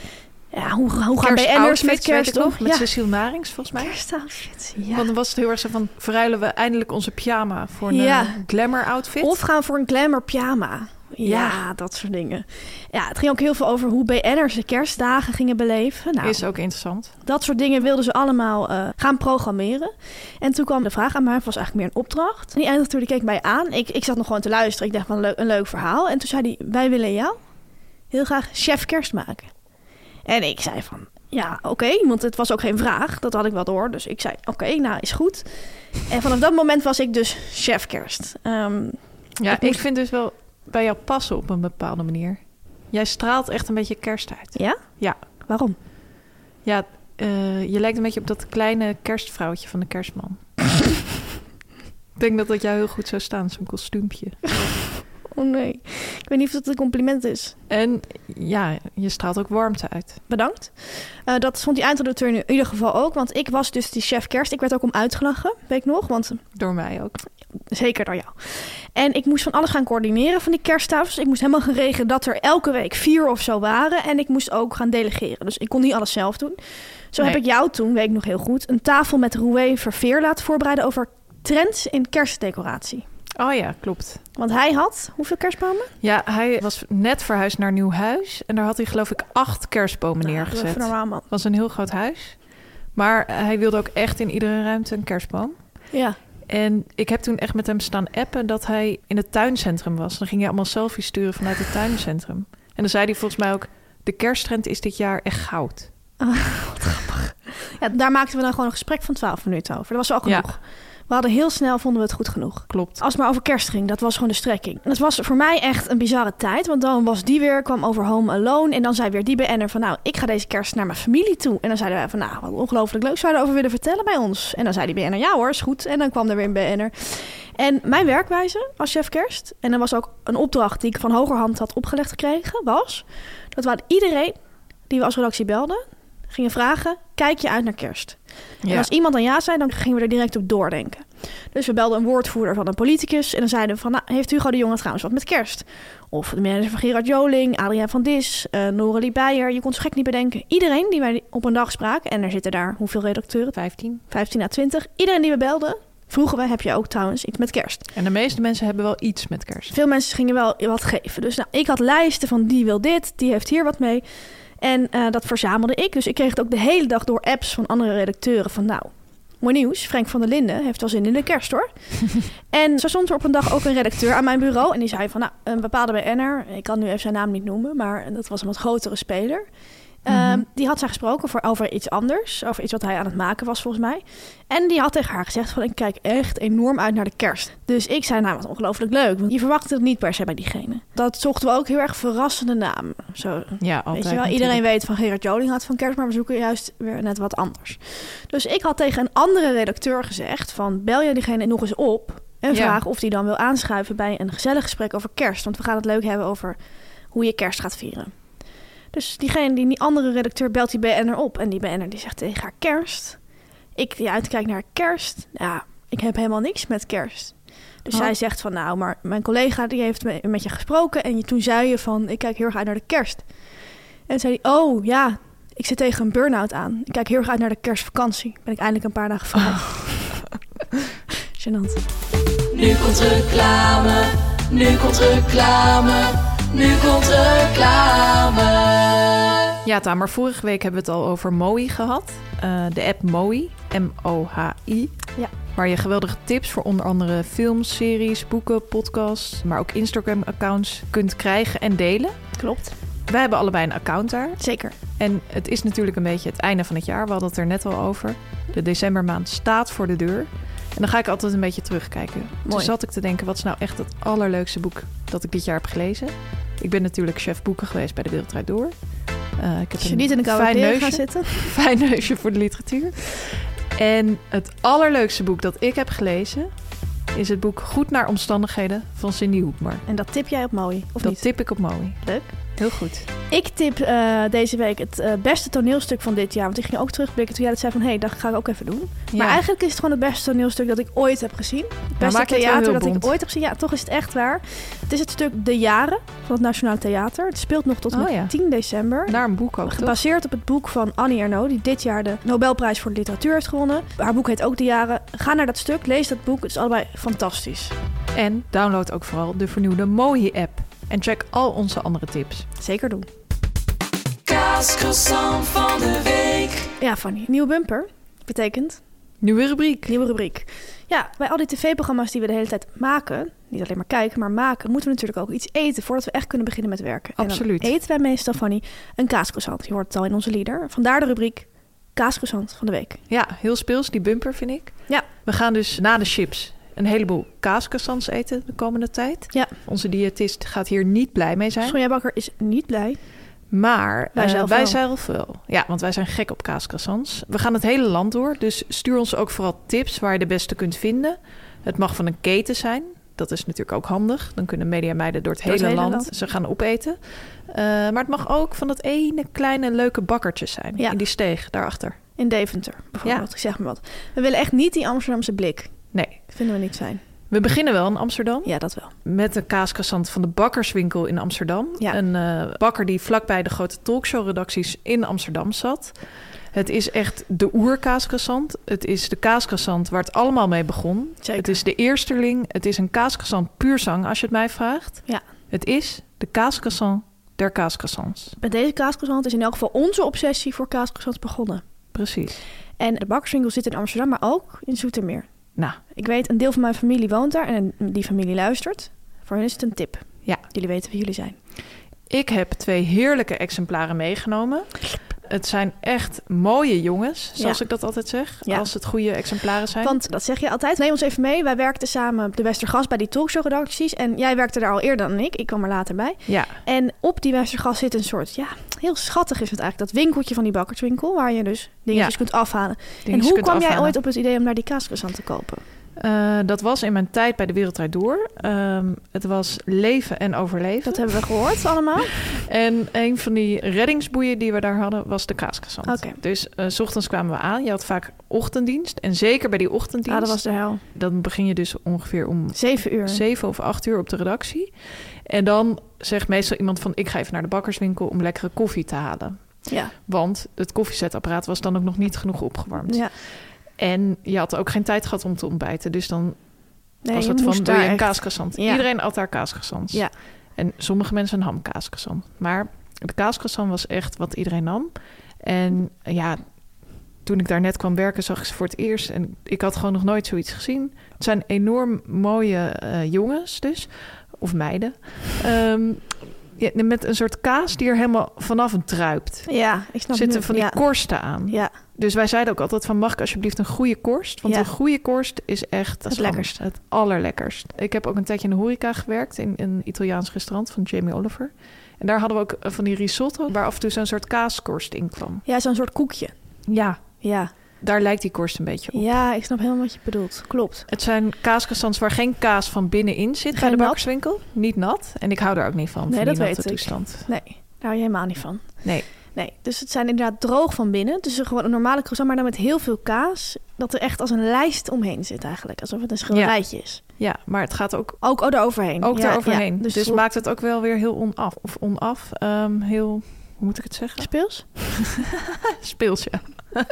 Ja, hoe gaan BN'ers met kerst toch? Met Cecile Narings, volgens mij. Kerstoutfits, ja. Want dan was het heel erg zo van... verruilen we eindelijk onze pyjama voor een glamour outfit? Of gaan we voor een glamour pyjama. Ja, dat soort dingen. Ja, het ging ook heel veel over hoe BN'ers de kerstdagen gingen beleven. Nou, is ook interessant. Dat soort dingen wilden ze allemaal gaan programmeren. En toen kwam de vraag aan mij, het was eigenlijk meer een opdracht. Die eindredacteur die keek mij aan. Ik zat nog gewoon te luisteren. Ik dacht van een leuk verhaal. En toen zei hij, wij willen jou heel graag chef kerst maken. En ik zei van, ja, oké, want het was ook geen vraag. Dat had ik wel door. Dus ik zei, oké, nou, is goed. En vanaf dat moment was ik dus chef kerst. Ik vind dus wel bij jou passen op een bepaalde manier. Jij straalt echt een beetje kerst uit. Ja? Ja. Waarom? Ja, je lijkt een beetje op dat kleine kerstvrouwtje van de Kerstman. Ik denk dat jou heel goed zou staan, zo'n kostuumpje. Oh nee, ik weet niet of dat een compliment is. En ja, je straalt ook warmte uit. Bedankt. Dat vond die eindredacteur in ieder geval ook. Want ik was dus die chef kerst. Ik werd ook om uitgelachen, weet ik nog. Want, door mij ook. Zeker door jou. En ik moest van alles gaan coördineren van die kersttafels. Ik moest helemaal gaan regelen dat er elke week 4 of zo waren. En ik moest ook gaan delegeren. Dus ik kon niet alles zelf doen. Zo heb ik jou toen, weet ik nog heel goed, een tafel met Roué Verveer laten voorbereiden over trends in kerstdecoratie. Oh ja, klopt. Want hij had hoeveel kerstbomen? Ja, hij was net verhuisd naar een nieuw huis. En daar had hij geloof ik 8 kerstbomen neergezet. Dat is normaal, man. Het was een heel groot huis. Maar hij wilde ook echt in iedere ruimte een kerstboom. Ja. En ik heb toen echt met hem staan appen dat hij in het tuincentrum was. Dan ging hij allemaal selfies sturen vanuit het tuincentrum. En dan zei hij volgens mij ook, de kersttrend is dit jaar echt goud. Wat grappig. Ja, daar maakten we dan gewoon een gesprek van 12 minuten over. Dat was al genoeg. Ja. We hadden heel snel, vonden we het goed genoeg. Klopt. Als het maar over kerst ging, dat was gewoon de strekking. En het was voor mij echt een bizarre tijd. Want dan was die weer, kwam over Home Alone. En dan zei weer die BN'er van, nou, ik ga deze kerst naar mijn familie toe. En dan zeiden wij van, nou, wat ongelooflijk leuk. Zou je erover willen vertellen bij ons? En dan zei die BN'er, ja hoor, is goed. En dan kwam er weer een BN'er. En mijn werkwijze als chef kerst, en dat was ook een opdracht die ik van hogerhand had opgelegd gekregen, was dat we iedereen die we als redactie belden, gingen vragen, kijk je uit naar kerst? Ja. En als iemand dan ja zei, dan gingen we er direct op doordenken. Dus we belden een woordvoerder van een politicus en dan zeiden we van, nou, heeft Hugo de Jonge trouwens wat met kerst? Of de manager van Gerard Joling, Adriaan van Dis, Noralie Beijer. Je kon zo gek niet bedenken. Iedereen die wij op een dag spraken, en er zitten daar hoeveel redacteuren? 15 à 20. Iedereen die we belden, vroegen we, heb je ook trouwens iets met kerst? En de meeste mensen hebben wel iets met kerst. Veel mensen gingen wel wat geven. Dus nou, ik had lijsten van die wil dit, die heeft hier wat mee. En dat verzamelde ik. Dus ik kreeg het ook de hele dag door apps van andere redacteuren van, nou, Mooi nieuws, Frank van der Linden heeft wel zin in de kerst hoor. En zo stond er op een dag ook een redacteur aan mijn bureau. En die zei van, nou, een bepaalde BN'er, ik kan nu even zijn naam niet noemen, maar dat was een wat grotere speler. Die had zij gesproken over iets anders. Over iets wat hij aan het maken was, volgens mij. En die had tegen haar gezegd van, ik kijk echt enorm uit naar de kerst. Dus ik zei, nou, wat ongelooflijk leuk. Want je verwacht het niet per se bij diegene. Dat zochten we ook heel erg verrassende namen. Zo, ja, altijd. Weet je wel, iedereen weet van Gerard Joling had van kerst, maar we zoeken juist weer net wat anders. Dus ik had tegen een andere redacteur gezegd van, bel je diegene nog eens op en vraag of die dan wil aanschuiven bij een gezellig gesprek over kerst. Want we gaan het leuk hebben over hoe je kerst gaat vieren. Dus die andere redacteur belt die BN'er op. En die BN'er die zegt tegen haar kerst. Ik uitkijk naar kerst. Ja, ik heb helemaal niks met kerst. Dus zij zegt van, nou, maar mijn collega die heeft met je gesproken. En toen zei je van, ik kijk heel erg uit naar de kerst. En zei hij, oh ja, ik zit tegen een burn-out aan. Ik kijk heel erg uit naar de kerstvakantie. Ben ik eindelijk een paar dagen vrij. Gênant. Nu komt reclame, nu komt reclame. Nu komt reclame. Ja, Tamer, vorige week hebben we het al over Mooi gehad. De app Mooi, M-O-H-I. Ja. Waar je geweldige tips voor onder andere films, series, boeken, podcasts, maar ook Instagram-accounts kunt krijgen en delen. Klopt. Wij hebben allebei een account daar. Zeker. En het is natuurlijk een beetje het einde van het jaar. We hadden het er net al over. De decembermaand staat voor de deur. En dan ga ik altijd een beetje terugkijken. Mooi. Toen zat ik te denken, wat is nou echt het allerleukste boek dat ik dit jaar heb gelezen? Ik ben natuurlijk chef boeken geweest bij De Wereld Draait Door. Ik heb je niet in de koude neus gaan zitten. Fijn neusje voor de literatuur. En het allerleukste boek dat ik heb gelezen is het boek Goed naar omstandigheden van Cindy Hoekmar. En dat tip jij op Mooi, of dat niet? Dat tip ik op Mooi. Leuk. Heel goed. Ik tip deze week het beste toneelstuk van dit jaar. Want ik ging ook terugblikken toen jij dat zei van, dat ga ik ook even doen. Ja. Maar eigenlijk is het gewoon het beste toneelstuk dat ik ooit heb gezien. Het beste theater dat ik ooit heb gezien. Ja, toch is het echt waar. Het is het stuk De Jaren van het Nationaal Theater. Het speelt nog tot 10 december. Naar een boek ook, gebaseerd toch? op het boek van Annie Ernaux, die dit jaar de Nobelprijs voor de literatuur heeft gewonnen. Haar boek heet ook De Jaren. Ga naar dat stuk, lees dat boek. Het is allebei fantastisch. En download ook vooral de vernieuwde Mooi-app. En check al onze andere tips. Zeker doen. Kaascroissant van de week. Ja, Fanny. Nieuwe bumper. Betekent? Nieuwe rubriek. Nieuwe rubriek. Ja, bij al die tv-programma's die we de hele tijd maken, niet alleen maar kijken, maar maken, moeten we natuurlijk ook iets eten voordat we echt kunnen beginnen met werken. Absoluut. En dan eten wij meestal, Fanny, een kaascroissant. Je hoort het al in onze lieder. Vandaar de rubriek Kaascroissant van de week. Ja, heel speels, die bumper vind ik. Ja. We gaan dus na de chips een heleboel kaascroissants eten de komende tijd. Ja. Onze diëtist gaat hier niet blij mee zijn. Sonja Bakker is niet blij. Maar wij zelf wel. Ja, want wij zijn gek op kaascroissants. We gaan het hele land door, dus stuur ons ook vooral tips waar je de beste kunt vinden. Het mag van een keten zijn. Dat is natuurlijk ook handig. Dan kunnen mediameiden door het hele land ze gaan opeten. Maar het mag ook van dat ene kleine leuke bakkertje zijn. Ja. In die steeg daarachter. In Deventer bijvoorbeeld. Ja. Ik zeg maar wat. We willen echt niet die Amsterdamse blik. Nee. Dat vinden we niet fijn. We beginnen wel in Amsterdam. Ja, dat wel. Met een kaascroissant van de Bakkerswinkel in Amsterdam. Ja. Een bakker die vlakbij de grote talkshow-redacties in Amsterdam zat. Het is echt de oerkaascroissant. Het is de kaascroissant waar het allemaal mee begon. Zeker. Het is de eersteling. Het is een kaascroissant puur zang, als je het mij vraagt. Ja. Het is de kaascroissant der kaascroissants. Met deze kaascroissant is in elk geval onze obsessie voor kaascroissants begonnen. Precies. En de Bakkerswinkel zit in Amsterdam, maar ook in Zoetermeer. Nou, ik weet, een deel van mijn familie woont daar en die familie luistert. Voor hen is het een tip. Ja. Jullie weten wie jullie zijn. Ik heb 2 heerlijke exemplaren meegenomen. Het zijn echt mooie jongens, zoals ik dat altijd zeg. Ja. Als het goede exemplaren zijn. Want dat zeg je altijd. Neem ons even mee. Wij werkten samen op de Westergast bij die talkshow-redacties. En jij werkte daar al eerder dan ik. Ik kwam er later bij. Ja. En op die Westergast zit een soort, heel schattig is het eigenlijk. Dat winkeltje van die bakkerswinkel, waar je dus dingetjes kunt afhalen. En hoe kwam jij ooit op het idee om daar die kaascroissant te kopen? Dat was in mijn tijd bij De Wereld Draait Door. Het was leven en overleven. Dat hebben we gehoord allemaal. En een van die reddingsboeien die we daar hadden was de kaascroissant. Okay. Dus 's ochtends kwamen we aan. Je had vaak ochtenddienst. En zeker bij die ochtenddienst. Dat was de hel. Dan begin je dus ongeveer om 7 uur. 7 of 8 uur op de redactie. En dan zegt meestal iemand van, ik ga even naar de bakkerswinkel om lekkere koffie te halen. Ja. Want het koffiezetapparaat was dan ook nog niet genoeg opgewarmd. Ja. En je had ook geen tijd gehad om te ontbijten. Dus dan was het van, wil je een kaascroissant? Ja. Iedereen at daar kaascroissants. Ja. En sommige mensen een hamkaascroissant. Maar de kaascroissant was echt wat iedereen nam. En ja, toen ik daar net kwam werken, zag ik ze voor het eerst. En ik had gewoon nog nooit zoiets gezien. Het zijn enorm mooie jongens dus. Of meiden. Met een soort kaas die er helemaal vanaf hem druipt. Ja, ik snap Zitten nu. van die korsten aan. Ja. Dus wij zeiden ook altijd van, mag ik alsjeblieft een goede korst? Want een goede korst is echt het lekkerst. Het allerlekkerst. Ik heb ook een tijdje in de horeca gewerkt in een Italiaans restaurant van Jamie Oliver. En daar hadden we ook van die risotto waar af en toe zo'n soort kaaskorst in kwam. Ja, zo'n soort koekje. Ja. Ja. Daar lijkt die korst een beetje op. Ja, ik snap helemaal wat je bedoelt. Klopt. Het zijn kaascroissants waar geen kaas van binnenin zit bij de bakkerswinkel. Niet nat. En ik hou er ook niet van. Nee, van dat die weet natte ik. toestand. Nee, daar hou je helemaal niet van. Nee. Dus het zijn inderdaad droog van binnen. Dus gewoon een normale croissant, maar dan met heel veel kaas. Dat er echt als een lijst omheen zit eigenlijk. Alsof het een schilderijtje is. Ja, maar het gaat ook... Ook eroverheen. Ook daaroverheen. Ja, dus maakt het ook wel weer heel onaf. Of onaf. Heel... Hoe moet ik het zeggen? Speels? Speels, ja.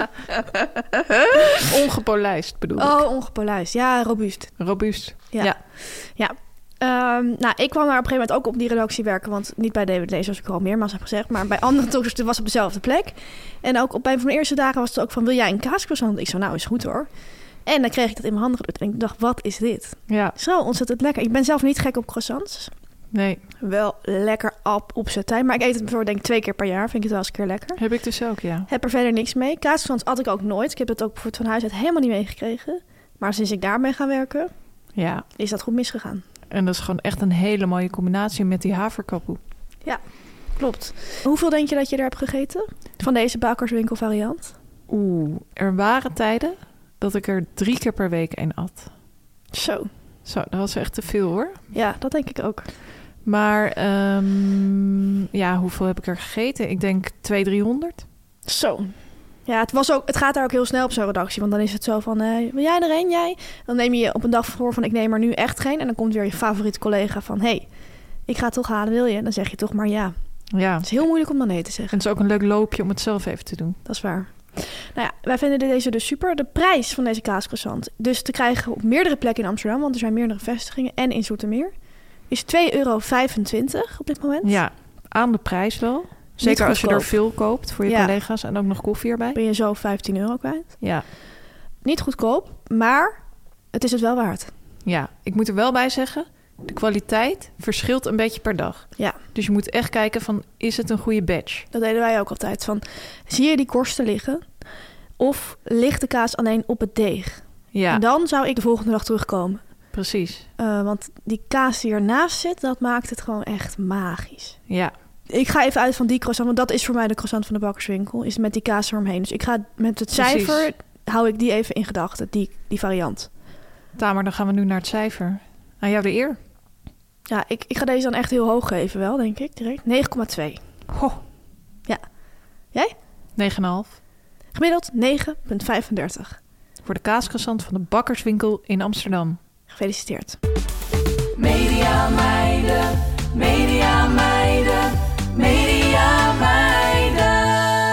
Ongepolijst bedoel ik. Oh, ongepolijst. Ja, robuust. Robuust. Ja. Ik kwam daar op een gegeven moment ook op die redactie werken. Want niet bij David Lee, zoals ik al meermaals heb gezegd. Maar bij andere talkers was op dezelfde plek. En ook op een van mijn eerste dagen was het ook van... Wil jij een kaascroissant? Ik zei, nou is goed hoor. En dan kreeg ik dat in mijn handen gedrukt. En ik dacht, wat is dit? Ja. Zo ontzettend lekker. Ik ben zelf niet gek op croissants. Nee. Wel lekker op satijn. Maar ik eet het bijvoorbeeld denk ik 2 keer per jaar. Vind ik het wel eens een keer lekker. Heb ik dus ook, ja. Heb er verder niks mee. Kaascroissants at ik ook nooit. Ik heb het ook van huis uit helemaal niet meegekregen. Maar sinds ik daarmee ga werken... Ja. Is dat goed misgegaan. En dat is gewoon echt een hele mooie combinatie met die haverkapoe. Ja, klopt. Hoeveel denk je dat je er hebt gegeten? Van deze bakkerswinkel variant? Er waren tijden dat ik er 3 keer per week een at. Zo, dat was echt te veel hoor. Ja, dat denk ik ook. Maar hoeveel heb ik er gegeten? Ik denk 200-300. Zo. Ja, het gaat daar ook heel snel op zo'n redactie. Want dan is het zo van, wil jij er een? Jij? Dan neem je op een dag voor van, ik neem er nu echt geen. En dan komt weer je favoriete collega van, hey, ik ga het toch halen, wil je? Dan zeg je toch maar ja. Ja. Het is heel moeilijk om dan nee te zeggen. En het is ook een leuk loopje om het zelf even te doen. Dat is waar. Nou ja, wij vinden deze dus super. De prijs van deze kaascroissant, dus te krijgen op meerdere plekken in Amsterdam, want er zijn meerdere vestigingen, en in Zoetermeer, is €2,25 op dit moment. Ja, aan de prijs wel. Zeker als je er veel koopt voor je collega's en ook nog koffie erbij. Ben je zo €15 kwijt. Ja. Niet goedkoop, maar het is het wel waard. Ja, ik moet er wel bij zeggen, de kwaliteit verschilt een beetje per dag. Ja. Dus je moet echt kijken van, is het een goede batch? Dat deden wij ook altijd. Van, zie je die korsten liggen? Of ligt de kaas alleen op het deeg? Ja. En dan zou ik de volgende dag terugkomen. Precies. Want die kaas die ernaast zit, dat maakt het gewoon echt magisch. Ja. Ik ga even uit van die croissant, want dat is voor mij de croissant van de bakkerswinkel. Is met die kaas eromheen. Dus ik ga met het cijfer, hou ik die even in gedachten, die variant. Tamer, dan gaan we nu naar het cijfer. Aan jou de eer. Ja, ik ga deze dan echt heel hoog geven wel, denk ik, direct. 9,2. Ho. Ja. Jij? 9,5. Gemiddeld 9,35. Voor de kaascroissant van de bakkerswinkel in Amsterdam. Gefeliciteerd. Media meiden, media meiden, media meiden.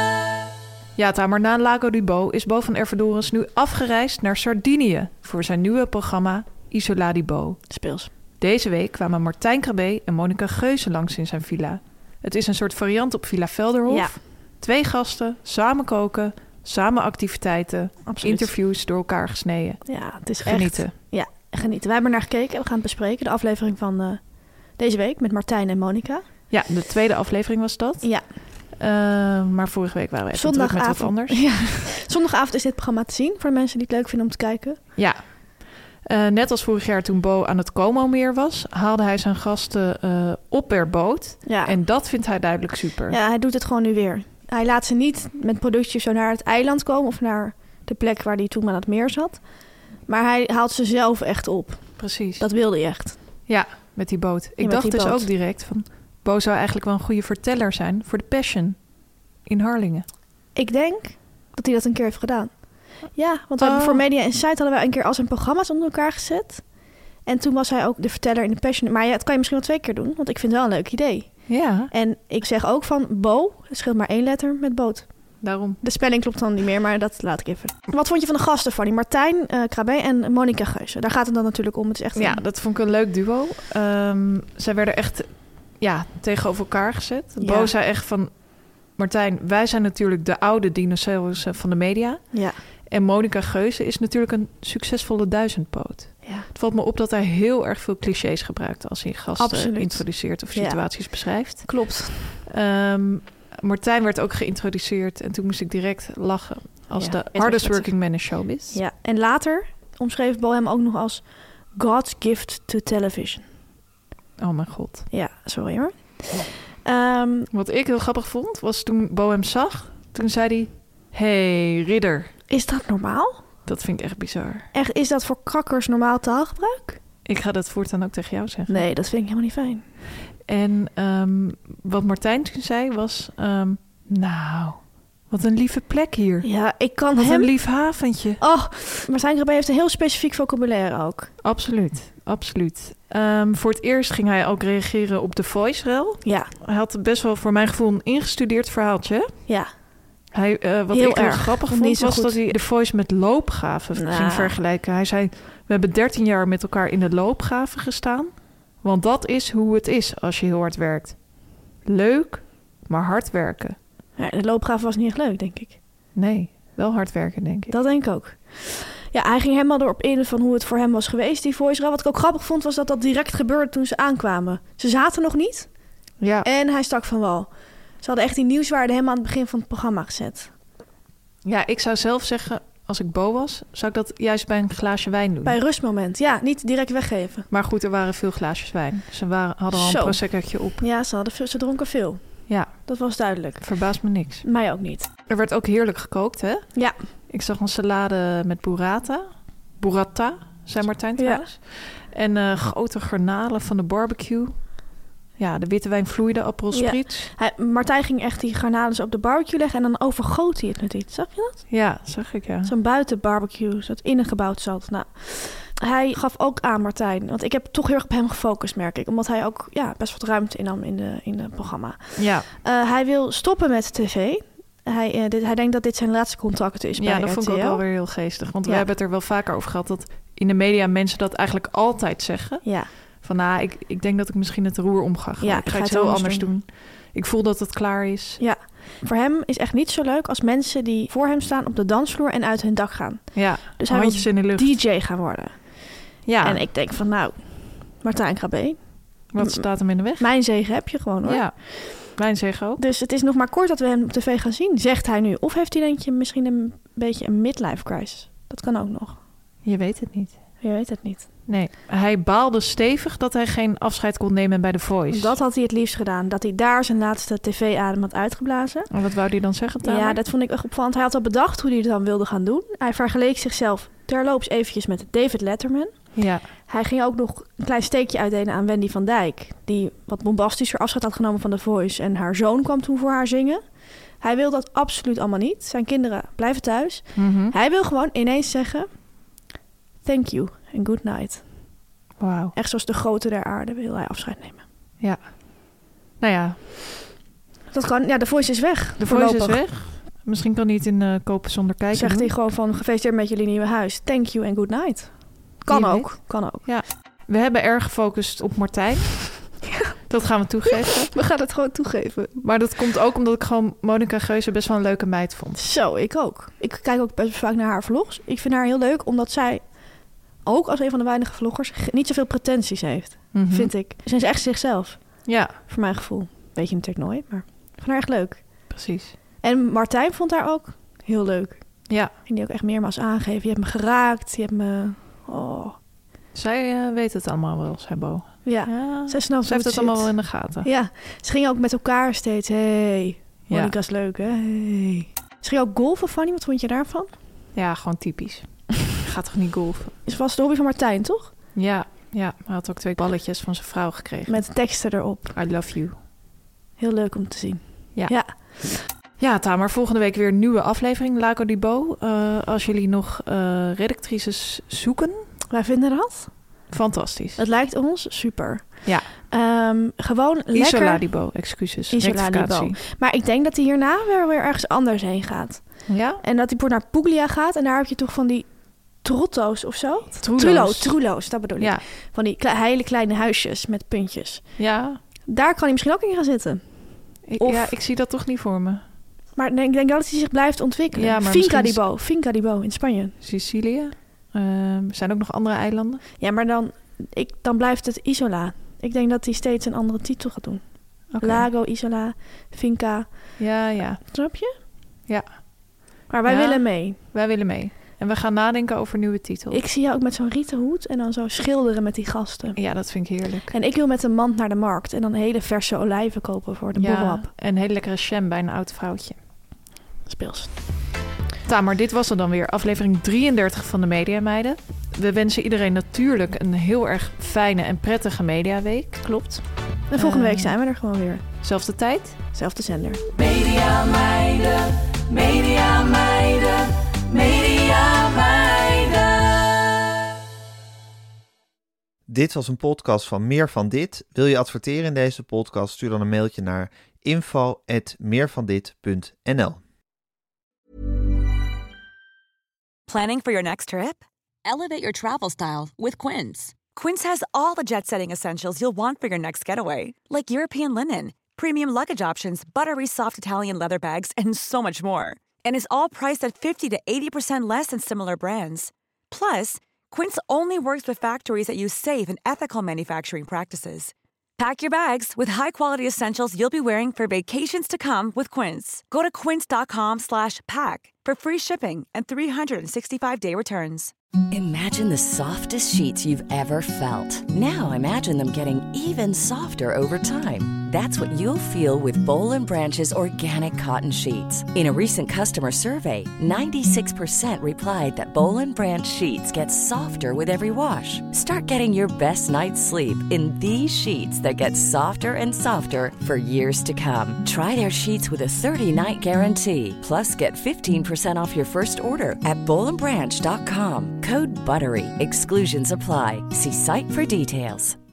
Ja, Tamer, na Lago di Bo is Bo van Ervedorens nu afgereisd naar Sardinië voor zijn nieuwe programma Isola di Bo. Speels. Deze week kwamen Martijn Krabbe en Monica Geuze langs in zijn villa. Het is een soort variant op Villa Velderhof. Ja. 2 gasten, samen koken, samen activiteiten, Absoluut. Interviews door elkaar gesneden. Ja, het is Genieten. Echt, ja, genieten. Wij hebben er naar gekeken. We gaan het bespreken. De aflevering van deze week met Martijn en Monica. Ja, de tweede aflevering was dat. Ja. Maar vorige week waren we even druk met wat anders. Ja. Zondagavond is dit programma te zien voor de mensen die het leuk vinden om te kijken. Ja. Net als vorig jaar toen Bo aan het Como-meer was, haalde hij zijn gasten op per boot. Ja. En dat vindt hij duidelijk super. Ja, hij doet het gewoon nu weer. Hij laat ze niet met productjes zo naar het eiland komen of naar de plek waar hij toen aan het meer zat. Maar hij haalt ze zelf echt op. Precies. Dat wilde hij echt. Ja, met die boot. Ik met dacht die dus boot. ook direct van, Bo zou eigenlijk wel een goede verteller zijn voor de Passion in Harlingen. Ik denk dat hij dat een keer heeft gedaan. Ja, want we hebben voor Media Insight hadden we een keer al zijn programma's onder elkaar gezet. En toen was hij ook de verteller in de Passion. Maar ja, dat kan je misschien wel 2 keer doen, want ik vind het wel een leuk idee. Ja. En ik zeg ook van Bo, het scheelt maar 1 letter met boot. Daarom. De spelling klopt dan niet meer, maar dat laat ik even. Wat vond je van de gasten, Fanny? Martijn Krabbe en Monica Geuze. Daar gaat het dan natuurlijk om. Het is echt Ja, dat vond ik een leuk duo. Zij werden echt tegenover elkaar gezet. Ja. Bo zei echt van, Martijn, wij zijn natuurlijk de oude dinosaurussen van de media. Ja. En Monica Geuze is natuurlijk een succesvolle duizendpoot. Ja. Het valt me op dat hij heel erg veel clichés gebruikt als hij gasten introduceert of situaties beschrijft. Klopt. Martijn werd ook geïntroduceerd en toen moest ik direct lachen als de hardest working man in showbiz. Ja, en later omschreef Bo hem ook nog als God's gift to television. Oh mijn god. Ja, sorry hoor. Wat ik heel grappig vond, was toen Bo hem zag, toen zei hij, hey, ridder. Is dat normaal? Dat vind ik echt bizar. Echt, is dat voor krakkers normaal taalgebruik? Ik ga dat voortaan ook tegen jou zeggen. Nee, dat vind ik helemaal niet fijn. En wat Martijn toen zei was, nou, wat een lieve plek hier. Ja, ik kan wat hem... een lief haventje. Oh, Martijn Krabbe heeft een heel specifiek vocabulaire ook. Absoluut, absoluut. Voor het eerst ging hij ook reageren op de Voice-rel. Ja. Hij had best wel voor mijn gevoel een ingestudeerd verhaaltje. Ja. Wat heel ik heel erg grappig vond, was dat hij de Voice met loopgraven ging vergelijken. Hij zei, we hebben 13 jaar met elkaar in de loopgraven gestaan. Want dat is hoe het is als je heel hard werkt. Leuk, maar hard werken. Ja, de loopgraven was niet echt leuk, denk ik. Nee, wel hard werken, denk ik. Dat denk ik ook. Ja, hij ging helemaal erop in van hoe het voor hem was geweest, die voice-rel. Wat ik ook grappig vond, was dat dat direct gebeurde toen ze aankwamen. Ze zaten nog niet. Ja. En hij stak van wal. Ze hadden echt die nieuwswaarde helemaal aan het begin van het programma gezet. Ja, ik zou zelf zeggen, als ik Bo was, zou ik dat juist bij een glaasje wijn doen. Bij een rustmoment, ja. Niet direct weggeven. Maar goed, er waren veel glaasjes wijn. Ze hadden al een proseccootje op. Ja, ze dronken veel. Ja. Dat was duidelijk. Verbaast me niks. Mij ook niet. Er werd ook heerlijk gekookt, hè? Ja. Ik zag een salade met burrata. Burrata, zei Martijn trouwens. Ja. En grote garnalen van de barbecue. Ja, de witte wijn vloeide, appelspritz. Ja. Martijn ging echt die garnalen op de barbecue leggen en dan overgoot hij het met iets. Zag je dat? Ja, zag ik, ja. Zo'n buiten barbecue, zo'n ingebouwd zat. Nou, hij gaf ook aan Martijn, want ik heb toch heel erg op hem gefocust, merk ik. Omdat hij ook best wat ruimte innam in het programma. Ja. Hij wil stoppen met tv. Hij denkt dat dit zijn laatste contract is bij RTL. Ja, dat vond ik ook wel weer heel geestig. Want we hebben het er wel vaker over gehad dat in de media mensen dat eigenlijk altijd zeggen. Ja. Van ik denk dat ik misschien het roer om ga gooien. Ik ga iets heel anders doen. Ik voel dat het klaar is. Ja, voor hem is echt niet zo leuk als mensen die voor hem staan op de dansvloer en uit hun dak gaan. Ja, dus hij handjes wil in de lucht. DJ gaan worden. Ja. En ik denk van Martijn Krabbe. Wat staat hem in de weg? Mijn zegen heb je gewoon hoor. Ja, mijn zegen ook. Dus het is nog maar kort dat we hem op tv gaan zien, zegt hij nu. Of heeft hij denk je misschien een beetje een midlife crisis? Dat kan ook nog. Je weet het niet. Je weet het niet. Nee, hij baalde stevig dat hij geen afscheid kon nemen bij The Voice. Dat had hij het liefst gedaan. Dat hij daar zijn laatste tv-adem had uitgeblazen. En wat wou hij dan zeggen? Ja, dat vond ik echt opvallend. Hij had al bedacht hoe hij het dan wilde gaan doen. Hij vergeleek zichzelf terloops eventjes met David Letterman. Ja. Hij ging ook nog een klein steekje uitdelen aan Wendy van Dijk. Die wat bombastischer afscheid had genomen van The Voice. En haar zoon kwam toen voor haar zingen. Hij wil dat absoluut allemaal niet. Zijn kinderen blijven thuis. Mm-hmm. Hij wil gewoon ineens zeggen... Thank you and good night. Wauw. Echt zoals de grote der aarde wil hij afscheid nemen. Ja. Nou ja. Dat kan. Ja, The Voice is weg. The Voice is weg. Misschien kan hij het in kopen zonder kijken. Zegt hij gewoon van gefeliciteerd met jullie nieuwe huis. Thank you and good night. Kan ook. Kan ook. Ja. We hebben erg gefocust op Martijn. Ja. Dat gaan we toegeven. We gaan het gewoon toegeven. Maar dat komt ook omdat ik gewoon Monica Geuze best wel een leuke meid vond. Zo, ik ook. Ik kijk ook best vaak naar haar vlogs. Ik vind haar heel leuk, omdat zij ook als een van de weinige vloggers niet zoveel pretenties heeft. Mm-hmm. Vind ik. Ze is echt zichzelf. Ja. Voor mijn gevoel. Weet je natuurlijk nooit, maar ik vind haar echt leuk. Precies. En Martijn vond haar ook heel leuk. Ja. En die ook echt meermaals aangeven. Je hebt me geraakt. Je hebt me... Oh. Zij weet het allemaal wel, zei Bo. Ja. Zij snapt ze heeft het allemaal wel in de gaten. Ja. Ze gingen ook met elkaar steeds. Hey, Monica is leuk, hè? Hey. Ze ging ook golfen, Fanny. Wat vond je daarvan? Ja, gewoon typisch. Gaat toch niet golfen? Is vast de hobby van Martijn, toch? Ja. Hij had ook 2 balletjes van zijn vrouw gekregen. Met teksten erop. I love you. Heel leuk om te zien. Ja. Ja, Tamer, volgende week weer een nieuwe aflevering. Lago di Bo. Als jullie nog redactrices zoeken. Wij vinden dat fantastisch. Het lijkt ons super. Ja. Gewoon lekker. Isola di Bo, excuses. Isola di Bo. Maar ik denk dat hij hierna weer ergens anders heen gaat. Ja? En dat hij naar Puglia gaat. En daar heb je toch van die trotto's of zo? Trullo's, dat bedoel ik. Ja. Van die hele kleine huisjes met puntjes. Ja. Daar kan hij misschien ook in gaan zitten. Ik zie dat toch niet voor me. Maar ik denk dat hij zich blijft ontwikkelen. Ja, maar Finca di Bo in Spanje. Sicilië. Zijn ook nog andere eilanden? Ja, maar dan blijft het Isola. Ik denk dat hij steeds een andere titel gaat doen. Okay. Lago, Isola, Finca. Ja. Snap je? Ja. Maar wij willen mee. Wij willen mee. En we gaan nadenken over nieuwe titels. Ik zie jou ook met zo'n rieten hoed en dan zo schilderen met die gasten. Ja, dat vind ik heerlijk. En ik wil met een mand naar de markt en dan hele verse olijven kopen voor de borrelhap. En een hele lekkere jam bij een oud vrouwtje. Speels. Tamer, dit was er dan weer. Aflevering 33 van de Media Meiden. We wensen iedereen natuurlijk een heel erg fijne en prettige mediaweek. Klopt. En volgende week zijn we er gewoon weer. Zelfde tijd? Zelfde zender. Media Meiden, Media Meiden, Media Meiden. Dit was een podcast van Meer van Dit. Wil je adverteren in deze podcast? Stuur dan een mailtje naar info@meervandit.nl. Planning for your next trip? Elevate your travel style with Quince. Quince has all the jet-setting essentials you'll want for your next getaway, like European linen, premium luggage options, buttery soft Italian leather bags, and so much more. And is all priced at 50 to 80% less than similar brands. Plus, Quince only works with factories that use safe and ethical manufacturing practices. Pack your bags with high-quality essentials you'll be wearing for vacations to come with Quince. Go to quince.com/pack for free shipping and 365-day returns. Imagine the softest sheets you've ever felt. Now imagine them getting even softer over time. That's what you'll feel with Boll & Branch's organic cotton sheets. In a recent customer survey, 96% replied that Boll & Branch sheets get softer with every wash. Start getting your best night's sleep in these sheets that get softer and softer for years to come. Try their sheets with a 30-night guarantee. Plus, get 15% off your first order at bollandbranch.com. Code BUTTERY. Exclusions apply. See site for details.